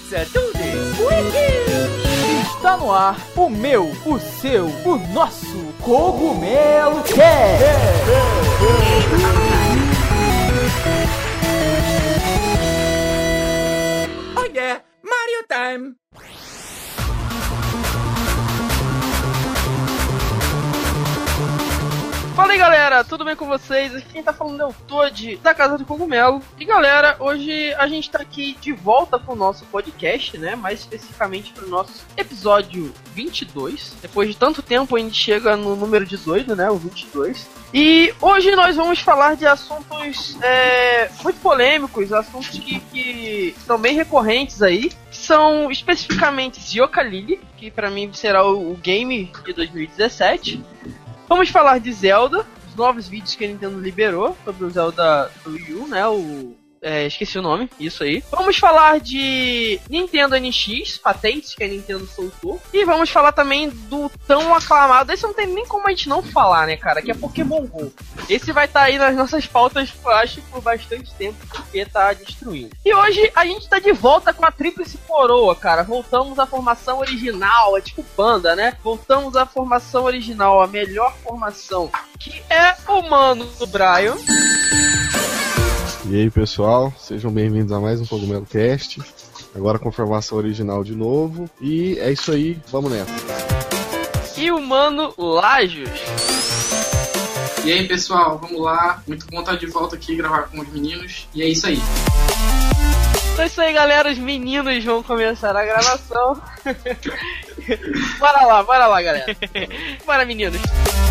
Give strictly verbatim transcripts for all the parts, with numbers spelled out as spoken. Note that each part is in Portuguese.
Let's do this! Uhul. Está no ar o meu, o seu, o nosso Cogumelo Cast! Oh yeah, Mario time! Fala aí galera, tudo bem com vocês? Aqui quem tá falando é o Toad, da Casa do Cogumelo. E galera, hoje a gente tá aqui de volta pro nosso podcast, né? Mais especificamente pro nosso episódio vinte e dois. Depois de tanto tempo a gente chega no número dezoito, né? O vinte e dois. E hoje nós vamos falar de assuntos é, muito polêmicos, assuntos que, que são bem recorrentes aí. São especificamente Yooka-Laylee, que pra mim será o, o game de dois mil e dezessete. Vamos falar de Zelda, os novos vídeos que a Nintendo liberou sobre o Zelda do Wii U, né? O, é, esqueci o nome, isso aí. Vamos falar de Nintendo N X, patentes que a Nintendo soltou. E vamos falar também do tão aclamado, esse não tem nem como a gente não falar, né, cara? Que é Pokémon GO. Esse vai estar tá aí nas nossas pautas, eu acho, por bastante tempo, porque tá destruindo. E hoje a gente tá de volta com a Tríplice Coroa, cara. Voltamos à formação original, é tipo banda, né? Voltamos à formação original, a melhor formação, que é o Mano do Brian. E aí pessoal, sejam bem-vindos a mais um Cogumelo Cast, agora com formação original de novo, e é isso aí, vamos nessa. E o Mano Lajos. E aí pessoal, vamos lá, muito bom estar de volta aqui gravar com os meninos, e é isso aí. Então é isso aí galera, os meninos vão começar a gravação. Bora lá, bora lá galera. Bora meninos.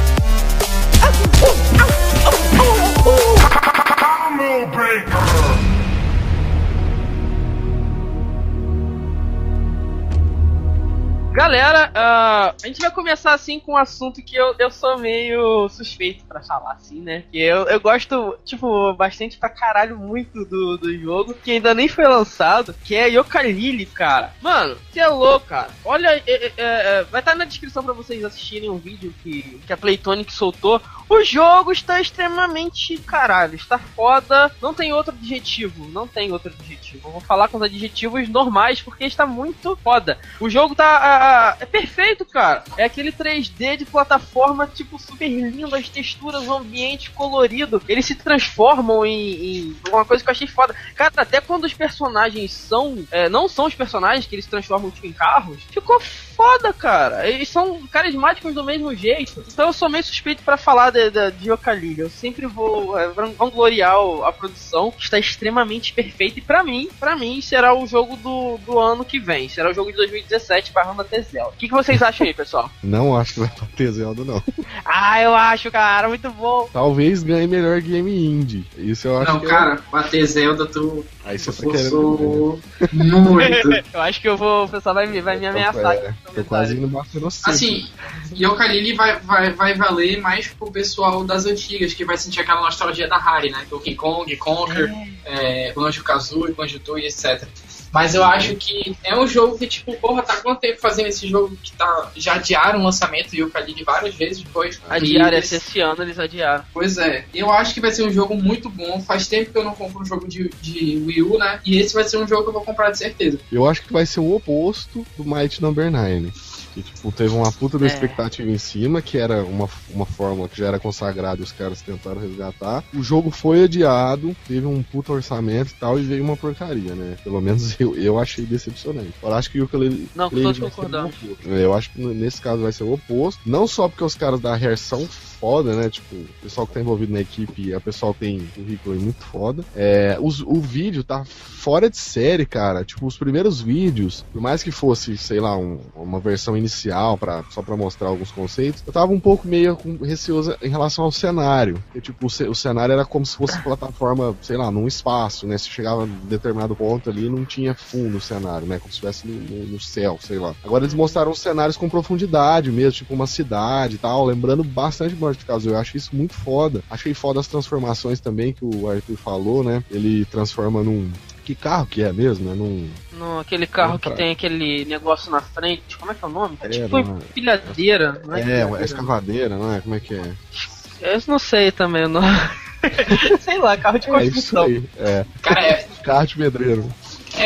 Galera, uh, a gente vai começar assim com um assunto que eu, eu sou meio suspeito pra falar assim, né? Que eu, eu gosto, tipo, bastante pra caralho muito do, do jogo, que ainda nem foi lançado, que é Yooka-Laylee, cara. Mano, você é louco, cara. Olha, é, é, é, vai estar na descrição pra vocês assistirem um vídeo que, que a Playtonic soltou. O jogo está extremamente caralho, está foda, não tem outro adjetivo, não tem outro adjetivo. Eu vou falar com os adjetivos normais porque está muito foda. O jogo tá a, a, é perfeito, cara. É aquele três D de plataforma tipo super lindo, as texturas, o ambiente colorido, eles se transformam em, em uma coisa que eu achei foda. Cara, até quando os personagens são, é, não são os personagens que eles se transformam tipo em carros, ficou foda, cara. Eles são carismáticos do mesmo jeito. Então eu sou meio suspeito pra falar de, de, de Yooka-Laylee. Eu sempre vou é, vangloriar a produção, que está extremamente perfeita. E pra mim, pra mim, será o jogo do, do ano que vem. Será o jogo de dois mil e dezessete, barrando até Zelda. O que, que vocês acham aí, pessoal? Não acho que vai bater Zelda, não. Ah, eu acho, cara. Muito bom. Talvez ganhe melhor game indie. Isso eu acho não, que... Não, cara, eu... bater Zelda, tu... Aí você tá querendo... muito. Eu acho que eu vou... O pessoal vai me, vai me ameaçar. É, tô quase indo bater no centro. Assim, Yooka-Laylee vai, vai, vai valer mais pro pessoal das antigas, que vai sentir aquela nostalgia da Rare, né? Donkey Kong, Conker, é. É, Banjo-Kazooie, Banjo-Tooie, etcétera. Mas eu acho que é um jogo que, tipo, porra, tá quanto tempo fazendo esse jogo que tá... Já adiaram o lançamento do Yooka-Laylee várias vezes depois. Adiaram, esse, esse ano eles adiaram. Pois é, eu acho que vai ser um jogo muito bom. Faz tempo que eu não compro um jogo de, de Wii U, né? E esse vai ser um jogo que eu vou comprar de certeza. Eu acho que vai ser o oposto do Might Number nove. Que, tipo, teve uma puta da é. expectativa em cima, que era uma, uma fórmula que já era consagrada e os caras tentaram resgatar. O jogo foi adiado, teve um puta orçamento e tal, e veio uma porcaria, né? Pelo menos eu, eu achei decepcionante. Eu acho que o Yooka-Laylee... Não, com todos concordamos. Eu acho que nesse caso vai ser o oposto. Não só porque os caras da Rare são foda, né? Tipo, o pessoal que tá envolvido na equipe é o pessoal que tem currículo muito foda. É, os, o vídeo tá fora de série, cara. Tipo, os primeiros vídeos, por mais que fosse, sei lá, um, uma versão inicial pra, só pra mostrar alguns conceitos, eu tava um pouco meio receoso em relação ao cenário. Porque, tipo, o, o cenário era como se fosse plataforma, sei lá, num espaço, né? Se chegava em determinado ponto ali, não tinha fundo o cenário, né? Como se estivesse no, no, no céu, sei lá. Agora eles mostraram os cenários com profundidade mesmo, tipo uma cidade e tal, lembrando bastante de caso. Eu acho isso muito foda. Achei foda as transformações também que o Arthur falou, né? Ele transforma num... Que carro que é mesmo, né? Num... No, aquele carro Não, que pra... tem aquele negócio na frente. Como é que é o nome? É, É, tipo não é... empilhadeira, não é? É, uma escavadeira, não é? Como é que é? Eu não sei também o nome. Sei lá, carro de construção. É isso aí, é. Cara, é... Carro de pedreiro. É,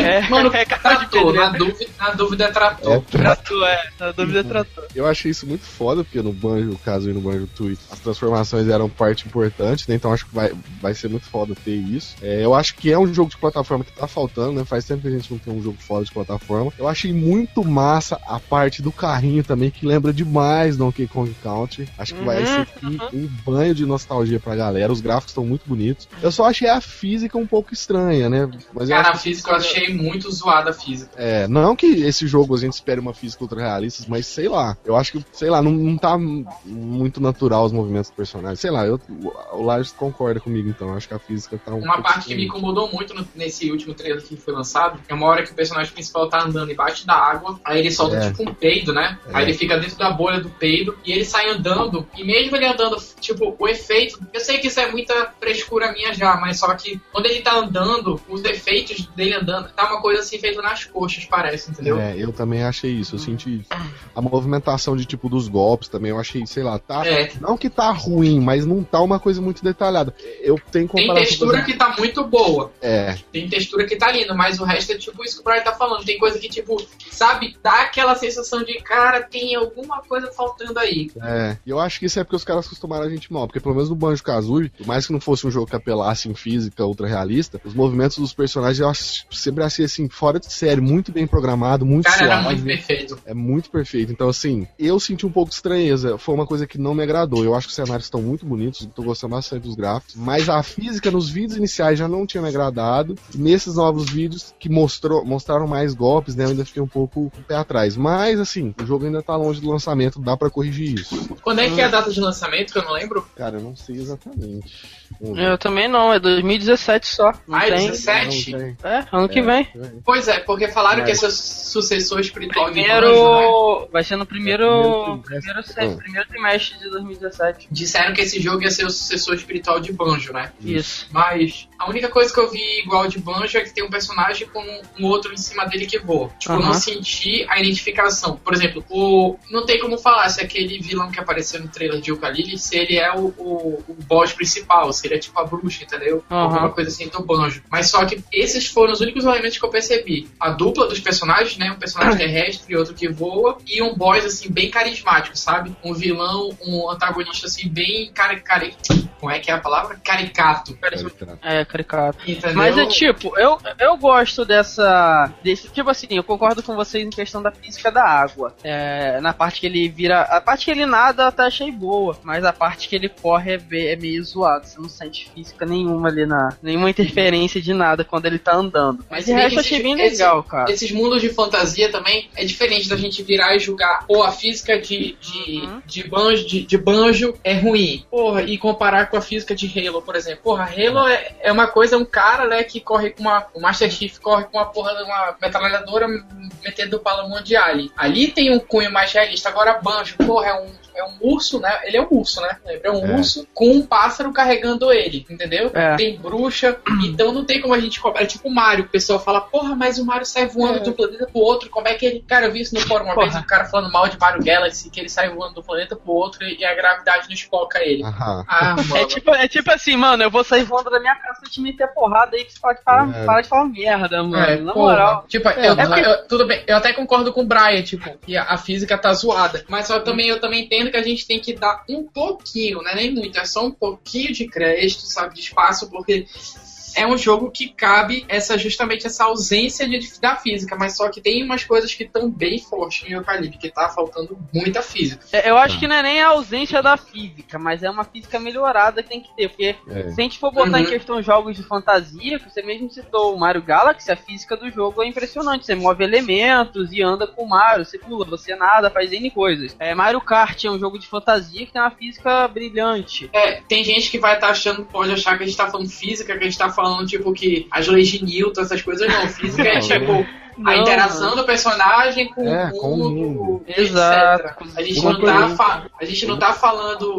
É, mano, é capaz de trator, perder. na dúvida, na dúvida é trator. É, Trator, é. Na dúvida é trator. Eu achei isso muito foda, porque no Banjo, caso e no Banjo Tooie, as transformações eram parte importante, né? Então acho que vai, vai ser muito foda ter isso. É, eu acho que é um jogo de plataforma que tá faltando, né? Faz tempo que a gente não tem um jogo foda de plataforma. Eu achei muito massa a parte do carrinho também, que lembra demais Donkey Kong Country. Acho que Uhum, vai ser aqui um banho de nostalgia pra galera. Os gráficos estão muito bonitos. Eu só achei a física um pouco estranha, né? Mas eu Cara, acho a física eu achei muito zoada a física. É, não que esse jogo a gente espere uma física ultra realista, mas sei lá. Eu acho que, sei lá, não, não tá muito natural os movimentos do personagem. Sei lá, eu, o Lars concorda comigo, então. Eu acho que a física tá um Uma pouco parte que me incomodou muito no- nesse último trailer que foi lançado é uma hora que o personagem principal tá andando embaixo da água, aí ele solta É. tipo um peido, né? É. Aí ele fica dentro da bolha do peido e ele sai andando, e mesmo ele andando, tipo, o efeito, eu sei que isso é muita frescura minha já, mas só que quando ele tá andando, os efeitos dele andando, tá uma coisa assim feita nas coxas, parece, entendeu? É, eu também achei isso, eu senti a movimentação de tipo dos golpes também, eu achei, sei lá, tá, É. não que tá ruim, mas não tá uma coisa muito detalhada. Eu tenho Tem comparação, textura por que tá muito boa. É, Tem textura que tá linda, mas o resto é tipo isso que o Brian tá falando. Tem coisa que, tipo, sabe, dá aquela sensação de, cara, tem alguma coisa faltando aí. é, e eu acho que isso é porque os caras acostumaram a gente mal, porque pelo menos no Banjo-Kazooie, por mais que não fosse um jogo que apelasse em física ultra realista, os movimentos dos personagens eu acho, sempre achei assim, fora de série, muito bem programado, muito Cara, suave. era muito perfeito. É muito perfeito. Então, assim, eu senti um pouco de estranheza. Foi uma coisa que não me agradou. Eu acho que os cenários estão muito bonitos, tô gostando bastante dos gráficos. Mas a física nos vídeos iniciais já não tinha me agradado. Nesses novos vídeos que mostrou, mostraram mais golpes, né? Eu ainda fiquei um pouco com o pé atrás. Mas, assim, o jogo ainda tá longe do lançamento, dá pra corrigir isso. Quando é que é a data de lançamento, que eu não lembro? Cara, eu não sei exatamente. Vamos ver. Eu também não, é dois mil e dezessete só. Não Ah, é tem. dezessete? Não tem. É, ano que É, vem. tem. Pois é, porque falaram Mas- que esse é o sucessor espiritual de Banjo, né? Primeiro. Vai ser no primeiro. É, primeiro Primeiro, trimestre. se- primeiro trimestre de dois mil e dezessete. Disseram que esse jogo ia ser o sucessor espiritual de Banjo, né? Isso. Mas a única coisa que eu vi igual de Banjo é que tem um personagem com um outro em cima dele que voa. Tipo, eu não Aham. senti a identificação. Por exemplo, o... não tem como falar se aquele vilão que apareceu no trailer de Yooka-Laylee, se ele é o, o, o boss principal, se ele é tipo a bruxa, entendeu? Aham. Alguma coisa assim do Banjo. Mas só que esses foram os únicos elementos que eu percebi. A dupla dos personagens, né? Um personagem terrestre e outro que voa. E um boss, assim, bem carismático, sabe? Um vilão, um antagonista, assim, bem cari... cari... Como é que é a palavra? Caricato. É, caricato. Entendeu? Mas é tipo, eu, eu gosto dessa. Desse, tipo assim, eu concordo com vocês em questão da física da água. É, na parte que ele vira. A parte que ele nada eu até achei boa. Mas a parte que ele corre é, be- é meio zoado. Você não sente física nenhuma ali na. Nenhuma interferência de nada quando ele tá andando. Mas de se bem resto eu que achei esses- bem legal, esse- cara. Esses mundos de fantasia também é diferente da gente virar e julgar, pô, a física de, de, Uhum. de, banjo, de, de banjo é ruim. Porra, e comparar com a física de Halo, por exemplo. Porra, Halo é, é uma coisa, um cara, né, que corre com uma. O Master Chief corre com uma porra de uma metralhadora metendo bala num de alien. Ali tem um cunho mais realista. Agora, Banjo, porra, é um. É um urso, né? Ele é um urso, né? É um É. urso com um pássaro carregando ele, entendeu? É. Tem bruxa, então não tem como a gente comparar. É tipo o Mario, o pessoal fala, porra, mas o Mario sai voando É. de um planeta pro outro, como é que ele... Cara, eu vi isso no fórum uma Porra. vez, o cara falando mal de Mario Galaxy, que ele sai voando de um planeta pro outro e a gravidade não espoca ele. Aham. Ah, É mano. tipo, é tipo assim, mano, eu vou sair voando da minha casa pra te meter porrada aí que você pode parar, É. parar de falar merda, mano. É, Na porra. moral. Tipo, É, eu, é porque- eu- tudo bem, eu até concordo com o Brian, tipo, que a, a física tá zoada. Mas só também, eu também entendo que a gente tem que dar um pouquinho, né? Nem muito, é só um pouquinho de crédito, sabe, de espaço, porque é um jogo que cabe essa, justamente essa ausência de, da física, mas só que tem umas coisas que estão bem fortes em Yooka-Laylee, que tá faltando muita física. É, eu acho que não é nem a ausência da física, mas é uma física melhorada que tem que ter, porque É. se a gente for botar Uhum. em questão jogos de fantasia, que você mesmo citou o Mario Galaxy, a física do jogo é impressionante. Você move elementos e anda com o Mario, você pula, você nada, faz N coisas. É, Mario Kart é um jogo de fantasia que tem uma física brilhante. É, tem gente que vai estar achando, pode achar que a gente tá falando física, que a gente tá falando, tipo, que as leis de Newton, essas coisas, não. Física é, Não, tipo, a Não, interação mano. do personagem com É, o com o mundo, mundo. etcétera. Exato. A gente, Uma não tá coisa- fa- a gente não tá falando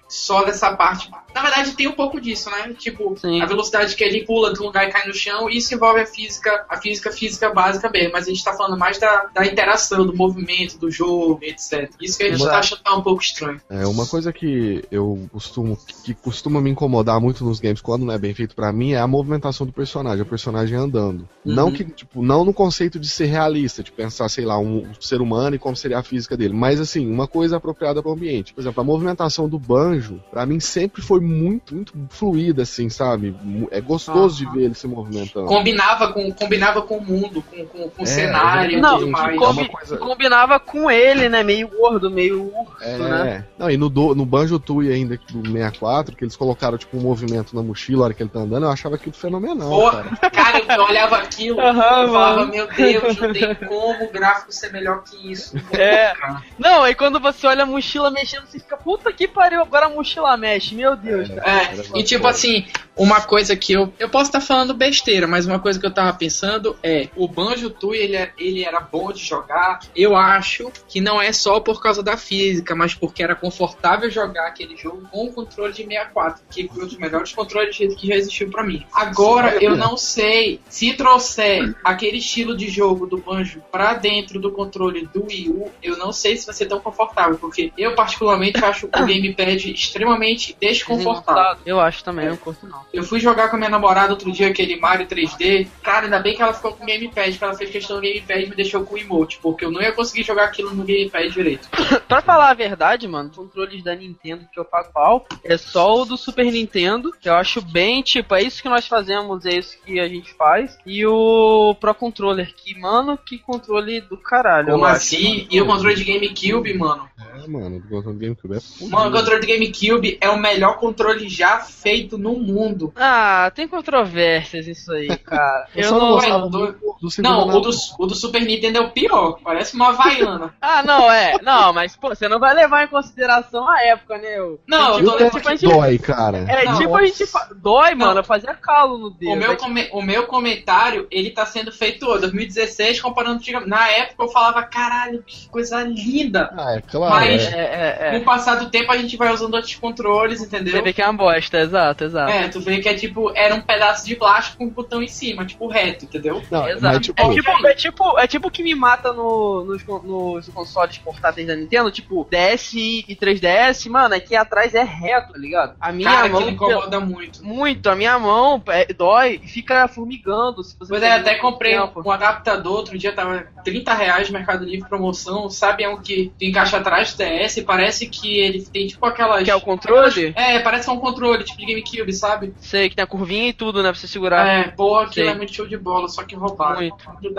só dessa parte. Na verdade, tem um pouco disso, né? Tipo, Sim. a velocidade que ele pula de um lugar e cai no chão, isso envolve a física, a física física básica mesmo, mas a gente tá falando mais da, da interação, do movimento, do jogo, etcétera. Isso que a gente Exato. tá achando tá um pouco estranho. É, uma coisa que eu costumo, que costuma me incomodar muito nos games, quando não é bem feito pra mim, é a movimentação do personagem, o personagem andando. Uhum. Não que, tipo, não no conceito de ser realista, de pensar, sei lá, um ser humano e como seria a física dele, mas assim, uma coisa apropriada pro ambiente. Por exemplo, a movimentação do Banjo, pra mim sempre foi muito, muito fluida, assim, sabe? É gostoso uhum. de ver ele se movimentando. Combinava com, combinava com o mundo, com, com, com é, o cenário. Não, tudo mais. Combi- coisa... combinava com ele, né? Meio gordo, meio urso, é, né? Não, e no, do, no Banjo-Tooie ainda do sessenta e quatro, que eles colocaram, tipo, um movimento na mochila na hora que ele tá andando, eu achava aquilo fenomenal. Pô, cara. cara, eu olhava aquilo uhum, e falava, mano. meu Deus, não tem como o gráfico ser melhor que isso. É. Não, aí quando você olha a mochila mexendo, você fica, puta que pariu, agora a mochila mexe, meu Deus. É, é. E tipo assim, uma coisa que eu... Eu posso estar falando besteira, mas uma coisa que eu tava pensando é, o Banjo-Tooie, ele, é, ele era bom de jogar, eu acho que não é só por causa da física, mas porque era confortável jogar aquele jogo com o controle de sessenta e quatro, que foi um dos melhores controles que já existiu pra mim. Agora, eu não sei se trouxer aquele estilo de jogo do Banjo pra dentro do controle do Wii U, eu não sei se vai ser tão confortável, porque eu particularmente acho o gamepad extremamente desconfortável. Eu acho também, eu não curto não. Eu fui jogar com a minha namorada outro dia aquele Mario três D, cara, ainda bem que ela ficou com o gamepad, que ela fez questão do gamepad e me deixou com o emote, porque eu não ia conseguir jogar aquilo no gamepad direito. Pra falar a verdade, mano, os controles da Nintendo que eu pago pau é só o do Super Nintendo, que eu acho bem, tipo, é isso que nós fazemos, é isso que a gente faz, e o Pro Controller, que, mano, que controle do caralho. Como assim? Acho, e o controle de GameCube, mano? É, mano, o controle de GameCube é foda. Mano, o controle de GameCube é o melhor controle já feito no mundo. Ah, tem controvérsias isso aí, cara. eu, eu não não gostava do, do Não, o do, o do Super Nintendo é o pior, parece uma Havaiana. Ah, não, é. Não, mas, pô, você não vai levar em consideração a época, né? Eu, não, eu tô levando tipo, a gente... Dói, cara. É, não, tipo nossa. a gente... Fa... Dói, mano, eu fazia calo no dedo. O meu, é come... tipo... o meu comentário, ele tá sendo feito em dois mil e dezesseis, comparando... Na época eu falava, caralho, que coisa linda. Ah, é claro. Mas, é, é, é. com o passar do tempo, a gente vai usando outros controles, entendeu? Você vê que é uma bosta, exato, exato. É, tu vê que é tipo, era um pedaço de plástico com um botão em cima, tipo reto, entendeu? Não, exato. Tipo... É, tipo, é, tipo, é tipo o que me mata no, nos, nos consoles portáteis da Nintendo, tipo D S e três D S, mano, aqui atrás é reto, tá ligado? A minha Cara, mão aquilo incomoda muito. Muito, a minha mão é, dói e fica formigando. Se você pois é, até comprei tempo. um adaptador, outro dia tava trinta reais no Mercado Livre promoção, sabe, é um que tu encaixa atrás do D S, parece que ele tem tipo aquelas... Que é o controle? É, parece que é um controle, tipo de GameCube, sabe? Sei, que tem a curvinha e tudo, né, pra você segurar. É, pô, aquilo é muito show de bola, só que roubaram. Muito.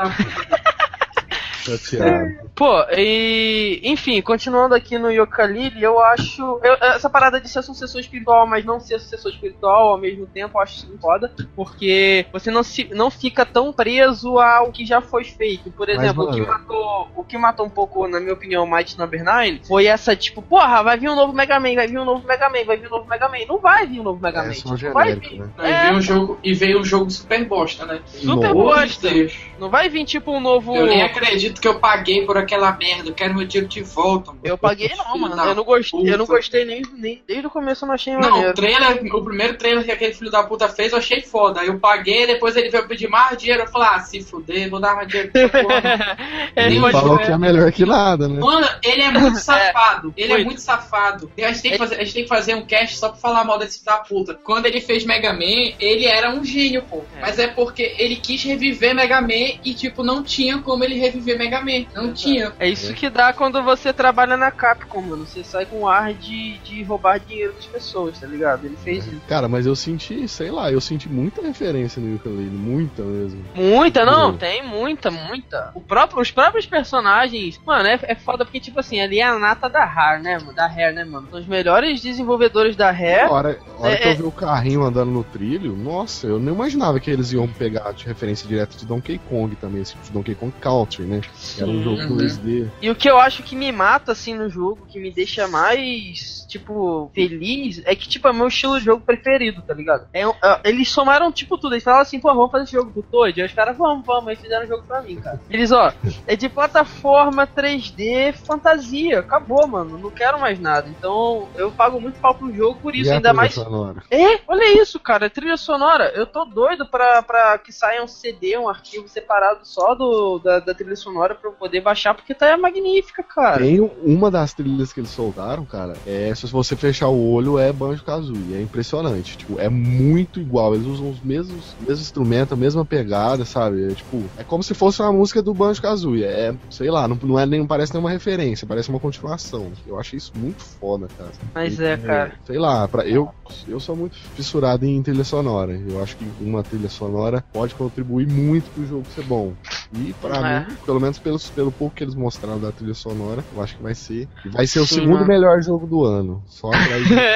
Chateado. Pô, e enfim, continuando aqui no Yooka-Laylee, eu acho. Eu, essa parada de ser sucessor espiritual, mas não ser sucessor espiritual ao mesmo tempo, eu acho isso foda. Porque você não, se, não fica tão preso ao que já foi feito. Por exemplo, mas, o, que matou, o que matou um pouco, na minha opinião, Might Number nine foi essa, tipo, porra, vai vir um novo Mega Man, vai vir um novo Mega Man, vai vir um novo Mega Man. Não vai vir um novo Mega Man. É, tipo, genérico, vai vir. Né? É, e, veio um jogo, e veio um jogo super bosta, né? Super bosta. Não vai vir tipo um novo. Eu nem acredito que eu paguei por aquela merda, eu quero meu dinheiro de volta. Mano. Eu paguei não, mano. Eu não gostei, eu não gostei nem, nem desde o começo, eu não achei maneiro. Não, o trailer, o primeiro trailer que aquele filho da puta fez, eu achei foda. Aí eu paguei, depois ele veio pedir mais dinheiro, eu falei, ah, se fuder, vou dar mais dinheiro pra essa porra. Ele nem falou que é melhor que nada, né? Mano, ele é muito safado. Ele muito. é muito safado. A gente, tem que fazer, a gente tem que fazer um cast só pra falar mal desse filho da puta. Quando ele fez Mega Man, ele era um gênio, pô. É. Mas é porque ele quis reviver Mega Man e, tipo, não tinha como ele reviver Mega Man. Não tinha. É isso que dá quando você trabalha na Capcom, mano. Você sai com ar de, de roubar dinheiro das pessoas, tá ligado? Ele fez isso. Cara, mas eu senti, sei lá, eu senti muita referência no Yooka-Laylee. Muita mesmo. Muita, não, uhum. Tem muita, muita. O próprio, os próprios personagens, mano, é, é foda porque, tipo assim, ali é a nata da Rare, né, mano? Da Rare, né, mano? São os melhores desenvolvedores da Rare. A hora, a hora é, que eu vi o carrinho andando no trilho, nossa, eu não imaginava que eles iam pegar de referência direta de Donkey Kong também, esse tipo de Donkey Kong Country, né? Era um jogo Uhum. dois D. E o que eu acho que me mata, assim, no jogo, que me deixa mais, tipo, feliz, é que, tipo, é meu estilo de jogo preferido, tá ligado? É, um- é- eles somaram, tipo, tudo. Eles falaram assim, pô, vamos fazer esse jogo pro Toad. Aí os caras, vamos, vamos. Aí fizeram o jogo pra mim, cara. Eles, ó, é de plataforma três D, fantasia. Acabou, mano. Não quero mais nada. Então, eu pago muito pau pro jogo por isso, E a ainda trilha mais... sonora? É, olha isso, cara, trilha sonora. Eu tô doido pra, pra que saia um C D, um arquivo separado só do, da, da trilha sonora pra eu poder baixar, porque tá magnífica, cara. Tem uma das trilhas que eles soltaram, cara, é se você fechar o olho, é Banjo-Kazooie. É impressionante. Tipo, é muito igual. Eles usam os mesmos, mesmos instrumentos, a mesma pegada, sabe? É, tipo, é como se fosse uma música do Banjo-Kazooie. É, sei lá, não, não, é, nem, não parece nenhuma referência, parece uma continuação. Eu achei isso muito foda, cara. Mas é, cara. Sei lá, pra, eu, eu sou muito fissurado em trilha sonora. Eu acho que uma trilha sonora pode contribuir muito pro jogo ser bom. E pra É. mim, pelo menos pelos, pelo pouco que eles mostraram da trilha sonora, eu acho que vai ser. Vai ser o Sim, segundo mano. melhor jogo do ano. Só atrás de.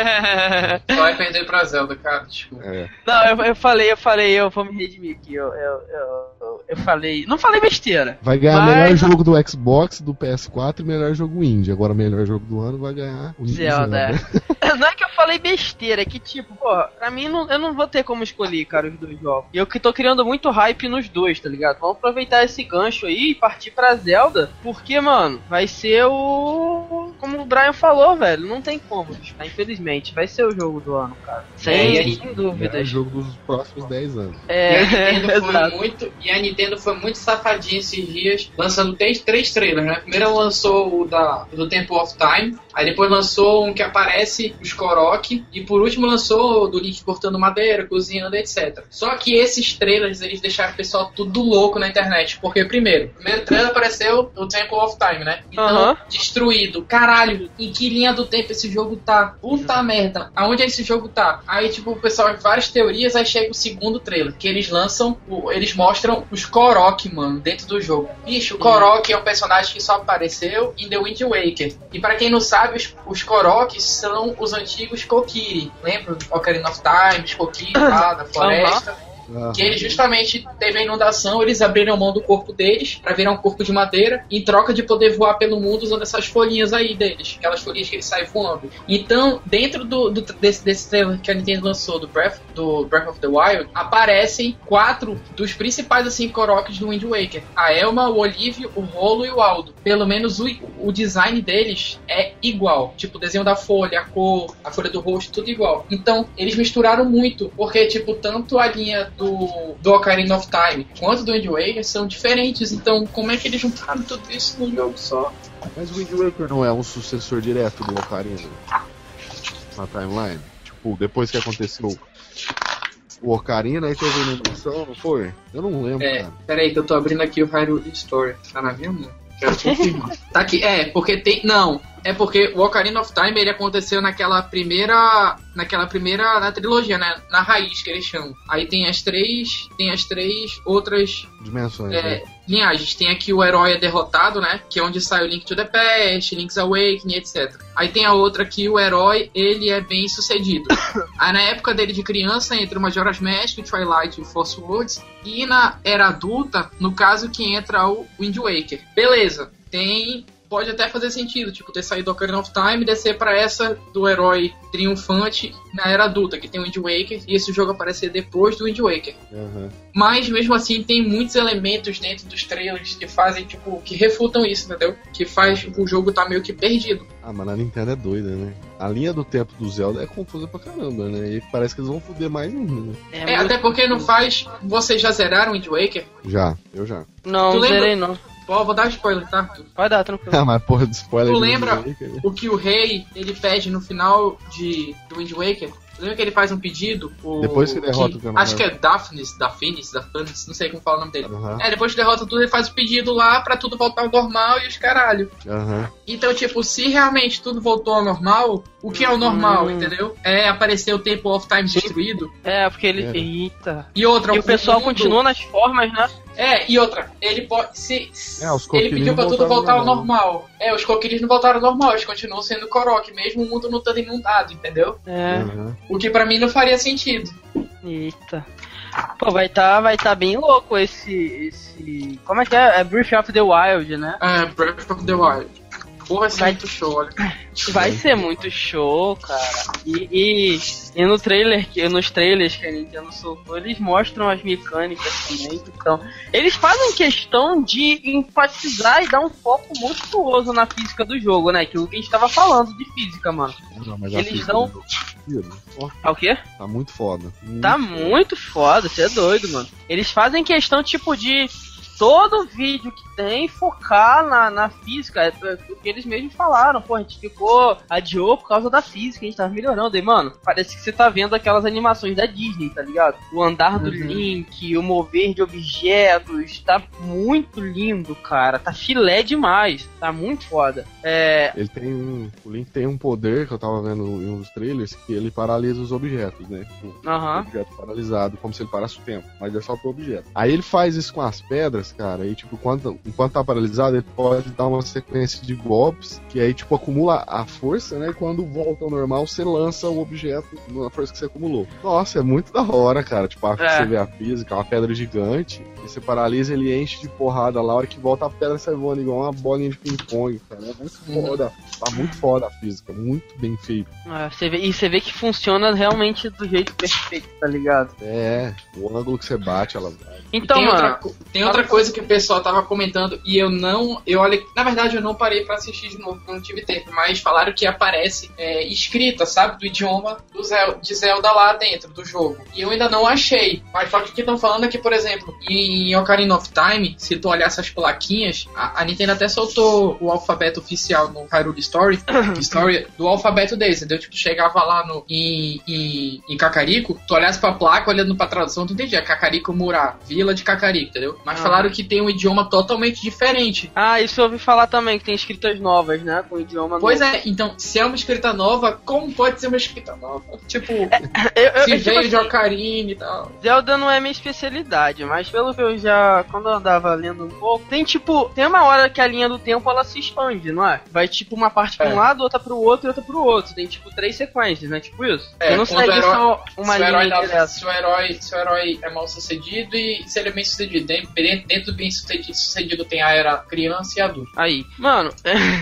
Só vai perder pra Zelda, cara. Desculpa. É. Não, eu, eu falei, eu falei, eu vou me redimir aqui. Eu, eu, eu, eu, eu falei. Não falei besteira. Vai ganhar Mas- melhor jogo do Xbox, do P S quatro e melhor jogo indie. Agora, melhor jogo do ano vai ganhar o Zelda. Não é que eu falei besteira, é que tipo, pô, pra mim não, eu não vou ter como escolher, cara, os dois jogos. E eu que tô criando muito hype nos dois, tá ligado? Vamos aproveitar esse gancho aí e partir pra Zelda, porque, mano, vai ser o... Como o Brian falou, velho, não tem como, bicho, tá? Infelizmente, vai ser o jogo do ano, cara. Sem, É, e aí, sem Melhor dúvidas. jogo dos próximos dez anos. E É, a Nintendo foi exato. muito, e a Nintendo foi muito safadinha esses dias, lançando três, três trailers, né? Primeiro ela lançou o da, do Temple of Time, aí depois lançou um que aparece os Korok, e por último lançou o do Link cortando madeira, cozinhando, etcétera. Só que esses trailers, eles deixaram o pessoal tudo louco na internet, porque primeiro, o primeiro trailer apareceu o Temple of Time, né? Então, Aham. destruído, caralho, em que linha do tempo esse jogo tá? Puta merda, aonde esse jogo tá? Aí, tipo, o pessoal várias teorias, aí chega o segundo trailer, que eles lançam, o- eles mostram os Korok, mano, dentro do jogo. Bicho, o Korok é um personagem que só apareceu em The Wind Waker. E pra quem não sabe, os, os Korok são os antigos Kokiri. Lembra? Ocarina of Time, os Kokiri lá da floresta. Ah, Que eles justamente teve a inundação, eles abriram mão do corpo deles pra virar um corpo de madeira, em troca de poder voar pelo mundo usando essas folhinhas aí deles, aquelas folhinhas que eles saem voando. Então, dentro do, do- desse, desse trailer que a Nintendo lançou do Breath, do Breath of the Wild, aparecem quatro dos principais assim Koroks do Wind Waker: a Elma, o Olívio, o Rolo e o Aldo. Pelo menos o, o design deles é igual, tipo o desenho da folha, a cor, a folha do rosto, tudo igual. Então, eles misturaram muito, porque tipo, tanto a linha do, do Ocarina of Time quanto do Wind Waker são diferentes, então como é que eles juntaram tudo isso num jogo só? Mas o Wind Waker não é um sucessor direto do Ocarina na timeline? Tipo, depois que aconteceu o Ocarina, aí teve a inundação, não foi? Eu não lembro, É, cara. peraí que eu tô abrindo aqui o Hyrule Story. Tá na minha mão? Quero confirmar. Tá aqui, é, porque tem... Não, é porque o Ocarina of Time, ele aconteceu naquela primeira... Naquela primeira... Na trilogia, né? Na raiz, que eles chamam. Aí tem as três... Tem as três outras... Dimensões, É, né? linhagens. Tem aqui o herói é derrotado, né? Que é onde sai o Link to the Past, Link's Awakening, etcétera. Aí tem a outra que o herói, ele é bem sucedido. Aí na época dele de criança, entre o Majora's Mask, o Twilight e o Force Words. E na era adulta, no caso que entra o Wind Waker. Beleza, tem... Pode até fazer sentido, tipo, ter saído do Ocarina of Time e descer pra essa do herói triunfante na era adulta, que tem o Wind Waker, e esse jogo aparecer depois do Wind Waker. Aham. Mas, mesmo assim, tem muitos elementos dentro dos trailers que fazem, tipo, que refutam isso, entendeu? Que faz, tipo, o jogo tá meio que perdido. Ah, mas a Nintendo é doida, né? A linha do tempo do Zelda é confusa pra caramba, né? E parece que eles vão foder mais ainda, né? É, muito- até porque não faz... Vocês já zeraram o Wind Waker? Já, eu já. Não, Tu não lembra- zerei não. Pô, vou dar spoiler, tá? Vai dar, tranquilo. Ah, mas porra de spoiler. Tu de lembra Wind Waker, né? o que o rei, ele pede no final de, do Wind Waker? Lembra que ele faz um pedido? O, Depois que derrota o Ganondorf. Acho que é Daphnis, Daphnis, Daphnis, não sei como fala o nome dele. Aham. É, depois que derrota tudo, ele faz o pedido lá pra tudo voltar ao normal e os caralho. Aham. Então, tipo, se realmente tudo voltou ao normal, o que é o normal, Hum. entendeu? É aparecer o Temple of Time destruído. É, porque ele... É. Eita. E outra, E o pessoal mundo- continua nas formas, né? É, e outra, ele pode. Se, É, os ele Kokiri pediu pra não tudo voltar voltaram ao ao normal. É, os Kokiris não voltaram ao normal, eles continuam sendo Korok, mesmo o mundo não estando inundado, entendeu? É. Aham. O que pra mim não faria sentido. Eita. Pô, vai tá, vai tá bem louco esse, esse... Como é que é? É Breath of the Wild, né? É, Breath of the Wild. Pô, vai ser Vai- muito show, olha. Vai ser muito show, cara. E, e, e no trailer, que- nos trailers que a Nintendo soltou, eles mostram as mecânicas também. Então, eles fazem questão de enfatizar e dar um foco monstruoso na física do jogo, né? Aquilo que a gente tava falando de física, mano. Não, mas Eles física dão- do jogo, ó, Ah, o quê? tá muito foda. Muito Tá muito foda, você é doido, mano. Eles fazem questão, tipo, de todo vídeo que tem focar na, na física. É o que eles mesmos falaram, pô, a gente ficou, adiou por causa da física, a gente tava melhorando. E, mano, parece que você tá vendo aquelas animações da Disney, tá ligado? O andar do Link, o mover de objetos, tá muito lindo, cara. Tá filé demais, tá muito foda. É... Ele tem um, o Link tem um poder que eu tava vendo em um dos trailers, que ele paralisa os objetos, né? Tipo, Aham. o objeto paralisado, como se ele parasse o tempo, mas é só pro objeto. Aí ele faz isso com as pedras, cara, e tipo, enquanto, enquanto tá paralisado, ele pode dar uma sequência de golpes, que aí tipo, acumula a força, né? E quando volta ao normal, você lança o objeto na força que você acumulou. Nossa, é muito da hora, cara. Tipo, a- É. você vê a física, uma pedra gigante, e você paralisa, ele enche de porrada lá, a hora que volta a pedra sai voando igual uma bolinha de ping-pong, cara. É muito foda. Tá muito foda a física, muito bem feito. É, você vê, e você vê que funciona realmente do jeito perfeito, tá ligado? É, o ângulo que você bate, ela vai. Então, tem mano, outra, co- tem outra coisa que o pessoal tava comentando e eu não. Eu olhei. Na verdade, eu não parei pra assistir de novo, porque eu não tive tempo. Mas falaram que aparece é, escrita, sabe? Do idioma do Zel, de Zelda lá dentro do jogo. E eu ainda não achei. Mas só que o que estão falando é que, por exemplo, em Ocarina of Time, se tu olhar essas plaquinhas, a, a Nintendo até soltou o alfabeto oficial no Hyrule Story, Story do alfabeto deles, entendeu? Tipo, chegava lá no, em, em, em Cacarico, tu olhasse pra placa, olhando pra tradução, tu entendia. Cacarico Murá, Vila de Cacarico, entendeu? Mas Ah. falaram que tem um idioma totalmente diferente. Ah, isso eu ouvi falar também, que tem escritas novas, né? Com idioma Pois novo. é, então, se é uma escrita nova, como pode ser uma escrita nova? Tipo, Eu, eu, se eu, tipo veio de assim, Ocarina e tal. Zelda não é minha especialidade, mas pelo que eu já, quando eu andava lendo um pouco, tem tipo, tem uma hora que a linha do tempo ela se expande, não é? Vai tipo uma parte pra um É. lado, outra pro outro e outra pro outro. Tem tipo três sequências, né? Tipo isso. É, eu não quando segue o herói- só uma se, o herói linha dá- direta. se, o herói, se o herói é mal sucedido e se ele é bem sucedido. Dentro, dentro do bem sucedido, sucedido tem a era criança e adulto. Aí, mano,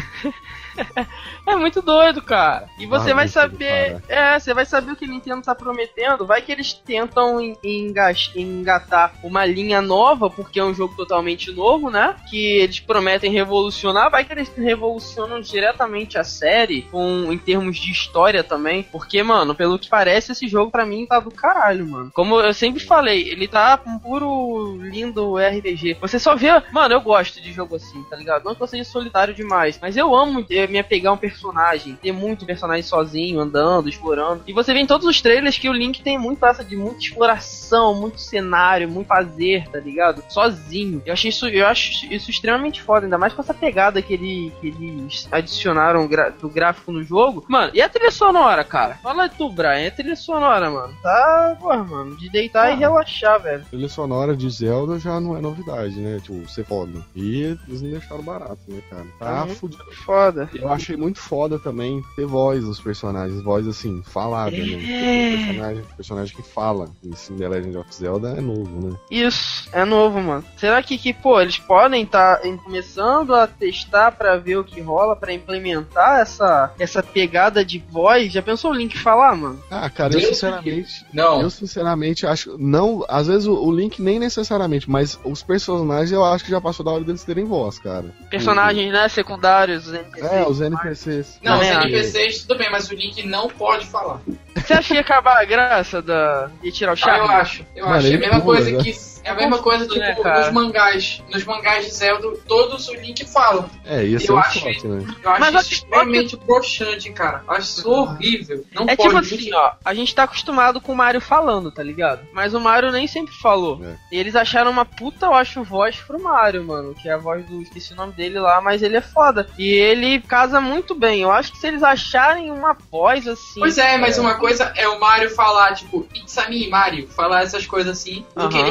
é muito doido, cara. E você Ah, vai muito saber, do é, você vai saber o que a Nintendo tá prometendo. Vai que eles tentam en- engas- engatar uma linha nova, porque é um jogo totalmente novo, né? Que eles prometem revolucionar. Vai que eles revolucionam diretamente a série, com, em termos de história também. Porque, mano, pelo que parece, esse jogo pra mim tá do caralho, mano. Como eu sempre falei, ele tá um puro lindo R P G. Você só vê, mano, eu gosto de jogo assim, tá ligado? Não que eu seja solitário demais, mas eu amo eh, me apegar a um personagem, ter muito personagem sozinho, andando, explorando. E você vê em todos os trailers que o Link tem muito essa de muita exploração, muito cenário, muito fazer, tá ligado? Sozinho. Eu achei isso, eu acho isso extremamente foda, ainda mais com essa pegada que, ele, que eles adicionaram gra- do gráfico no jogo. Mano, e a trilha sonora, cara? Fala tu, Brian, a trilha sonora, mano. Tá, porra, mano, de deitar Ah. e relaxar, velho. A trilha sonora de Zelda já não é novidade, né? Tipo, ser foda. E eles não deixaram barato, né, cara? Tá Uhum. fudido. Foda. Eu achei muito foda também ter voz dos personagens, voz assim, falada, né? É. Personagem, personagem que fala. Em The Legend of Zelda é novo, né? Isso, é novo, mano. Será que, que pô, eles podem estar começando a testar pra ver o que rola, pra implementar essa, essa pegada de voz? Já pensou o Link falar, mano? Ah, cara, eu Deus sinceramente. Não. Eu sinceramente acho. Não, às vezes o, o Link nem necessariamente, mas os personagens eu acho que já passou da hora deles terem voz, cara. Personagens, né, secundários, os N P Cs. É, os N P Cs. Não, os Também N P Cs tudo bem, mas o Link não pode falar. Você acha que ia acabar a graça da... de tirar o Ah, charme? eu acho. Eu Mano, acho. É a ele mesma pula, coisa né? que. É a mesma coisa, tipo, né, cara? nos mangás. Nos mangás de Zelda, todos o Link falam. É, isso é Eu um acho- choque, né? Eu acho Mas isso acho- extremamente broxante, cara. Eu acho isso horrível. Não É pode. tipo assim, ó, a gente tá acostumado com o Mario falando, tá ligado? Mas o Mario nem sempre falou. É. E eles acharam uma puta, eu acho, voz pro Mario, mano. Que é a voz do... esqueci o nome dele lá, mas ele é foda. E ele casa muito bem. Eu acho que se eles acharem uma voz assim... Pois é, mas uma coisa é o Mario falar, tipo, It's a me, Mario, falar essas coisas assim, do que Aham. ele vai falar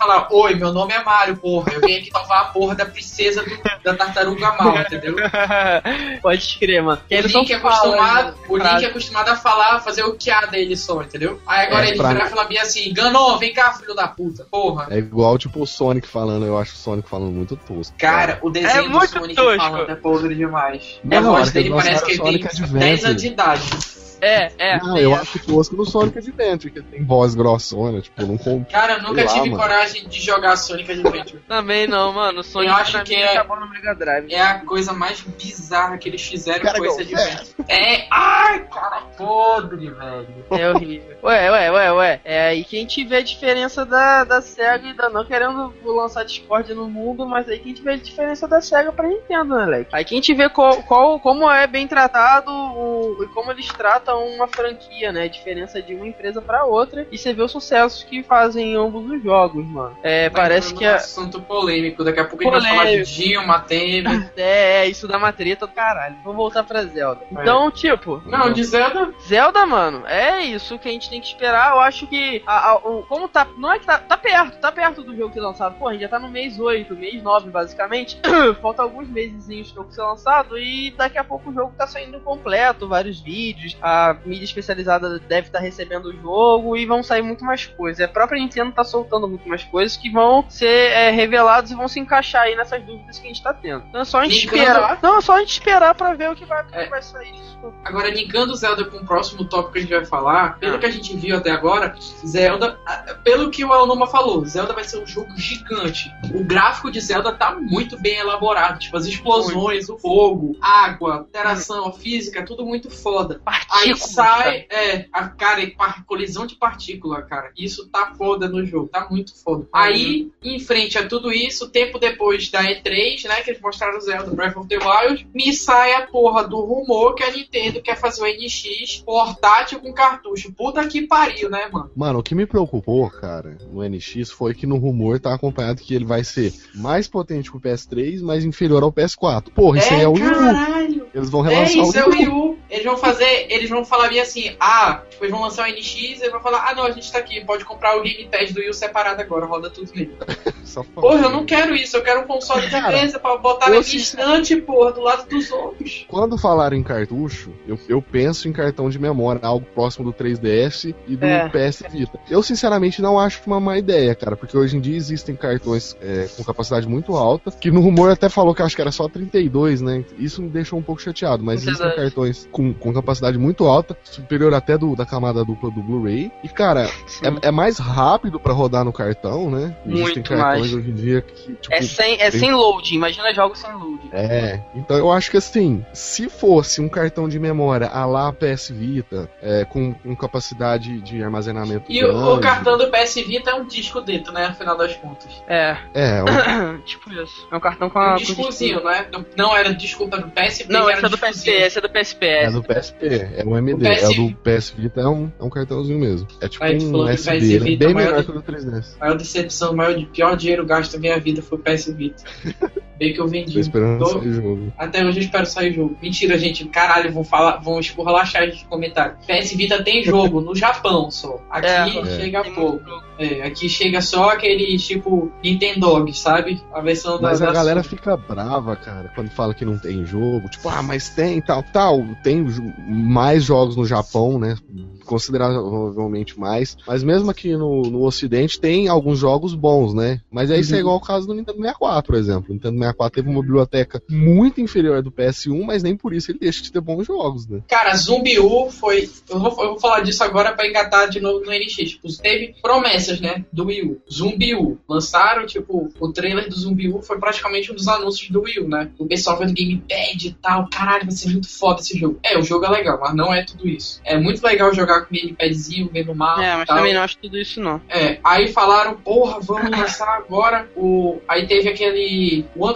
falar, oi, meu nome é Mario, porra. Eu vim aqui salvar a porra da princesa do, da tartaruga mal, entendeu? Pode crer, mano. O Link, é acostumado, o Link é acostumado a falar, fazer o que a dele só, entendeu? Aí agora É, ele pra- virar e falar bem assim, Ganon, vem cá, filho da puta, porra. É igual, tipo, o Sonic falando, eu acho o Sonic falando muito tosco. Cara, o desenho É do muito Sonic tosco. falando é podre demais. Não, a voz acho que dele eles parece que ele lançaram tem Sonic dez Adventure. anos de idade. É, é. Não, tem eu essa. acho tosco no Sonic Adventure, que ele tem voz grossona, tipo, não com... Cara, eu nunca Sei lá, tive mano. coragem de jogar Sonic Adventure. Também não, mano. O Sonic Eu acho pra que mim é- acabou no Mega Drive. É a coisa mais bizarra que eles fizeram Cara, com esse go Adventure. É, ai, cara, podre, velho. É horrível. Ué, ué, ué, ué. É aí que a gente vê a diferença da, da SEGA e da... Não querendo lançar Discord no mundo, mas aí que a gente vê a diferença da SEGA pra Nintendo, né, Leque? Aí que a gente vê qual, qual, como é bem tratado o, e como eles tratam uma franquia, né? A diferença de uma empresa pra outra. E você vê os sucessos que fazem em ambos os jogos, mano. É, parece que é um a... assunto polêmico. Daqui a pouco a gente vai falar de Polêmico. Dilma, Temer. É, é, isso dá uma treta do caralho. Vamos voltar pra Zelda. Então, tipo... Não, de Zelda. Zelda, mano, é isso que a gente tem que esperar. Eu acho que a, a, o, como tá. Não é que tá. Tá perto, tá perto do jogo ser lançado. Pô, a gente já tá no mês oito, mês nove, basicamente. Falta alguns mesezinhos pro jogo ser lançado. E daqui a pouco o jogo tá saindo completo. Vários vídeos. A mídia especializada deve estar recebendo o jogo. E vão sair muito mais coisas. A própria Nintendo tá soltando muito mais coisas que vão ser é, revelados e vão se encaixar aí nessas dúvidas que a gente tá tendo. Então é só a gente Nintendo- esperar. Não, é só a gente esperar pra ver o que vai, o que É. vai sair disso. Agora, linkando Zelda com o próximo tópico que a gente vai falar, pelo Ah. que a gente viu até agora, Zelda, ah, pelo que o Aonuma falou, Zelda vai ser um jogo gigante. O gráfico de Zelda tá muito bem elaborado, tipo, as explosões, o fogo, água, alteração, a física, tudo muito foda. Aí Partículas, sai, é, a cara, par- colisão de partícula, cara. Isso tá foda no jogo, tá muito foda. Aí, em frente a tudo isso, tempo depois da E três, né, que eles mostraram o Zelda Breath of the Wild, me sai a porra do rumor que a Nintendo quer fazer o N X portátil com cartucho. Puta que pariu, né, mano? Mano, o que me preocupou, cara, no N X foi que no rumor tá acompanhado que ele vai ser mais potente que o P S três, mas inferior ao P S quatro. Porra, isso aí é o Wii U. caralho! Eles vão É, relançar isso é o o Wii U. Wii U. Eles vão fazer, eles vão falar bem assim, ah, tipo, eles vão lançar o N X e eles vão falar, ah não, a gente tá aqui, pode comprar o Gamepad do Wii U separado agora, roda tudo nele. Só falta. Porra, eu não quero isso, eu quero um console de Cara, mesa pra botar na eu minha sincer- estante, porra, do lado dos outros. Quando falaram em cartucho, eu, eu penso em cartão de memória, algo próximo do três D S e do É. P S Vita. Eu, sinceramente, não acho uma má ideia, cara, porque hoje em dia existem cartões é, com capacidade muito alta, que no rumor até falou que acho que era só trinta e dois, né? Isso me deixou um pouco chateado, mas existem Verdade. cartões com, com capacidade muito alta, superior até do, da camada dupla do Blu-ray. E, cara, é, é mais rápido pra rodar no cartão, né? Existem Muito cartões mais. hoje em dia que, tipo, É sem, é tem- sem loading, imagina jogos sem loading. É, então eu acho que assim, se fosse um cartão de memória a lá P S Vita, é, com, com capacidade de armazenamento E o, grande, o cartão do P S Vita é um disco dentro, né, afinal das contas. É, É, um- tipo isso. É um cartão com Um a. discozinho, né? Não- Não era desculpa do P S P, Não, era esse é um do P S P, discozinho. esse é do P S P. é do P S P, é um M D, O P S é do P S Vita, é um, é um cartãozinho mesmo. É tipo Aí, tu falou um do S D, P S ele é Vita, bem maior melhor do- que o do três D S. A maior decepção, o maior, pior dinheiro gasto da minha vida foi o P S Vita. Bem que eu Tô vendi. esperando Tô- sair jogo. Até hoje eu espero sair jogo. Mentira, gente. Caralho, vão falar, vão escorrelachar de comentário. P S Vita tem jogo no Japão só. Aqui É, chega tem pouco. muito jogo. É, aqui chega só aquele tipo Nintendog, sabe? A versão da Mas a da galera Sony. fica brava, cara, quando fala que não tem jogo. Tipo, ah, mas tem tal, tal. Tem jo- mais jogos no Japão, né? Consideravelmente mais. Mas mesmo aqui no, no Ocidente tem alguns jogos bons, né? Mas aí isso é Uhum. igual o caso do Nintendo sessenta e quatro, por exemplo. O Nintendo sessenta e quatro teve uma biblioteca muito inferior à do P S um, mas nem por isso ele deixa de ter bons jogos, né? Cara, Zumbi U foi. Eu vou, eu vou falar disso agora pra engatar de novo no N X. Tipo, teve promessas, né? Do Wii U. Zumbi U. Lançaram, tipo, o trailer do Zumbi U foi praticamente um dos anúncios do Wii U, né? O pessoal vendo Gamepad e tal. Caralho, vai ser muito foda esse jogo. É, o jogo é legal, mas não é tudo isso. É muito legal jogar com Gamepadzinho, vendo o mapa. É, e mas tal. também não acho tudo isso não. É, aí falaram, porra, vamos lançar agora o. Aí teve aquele Wonder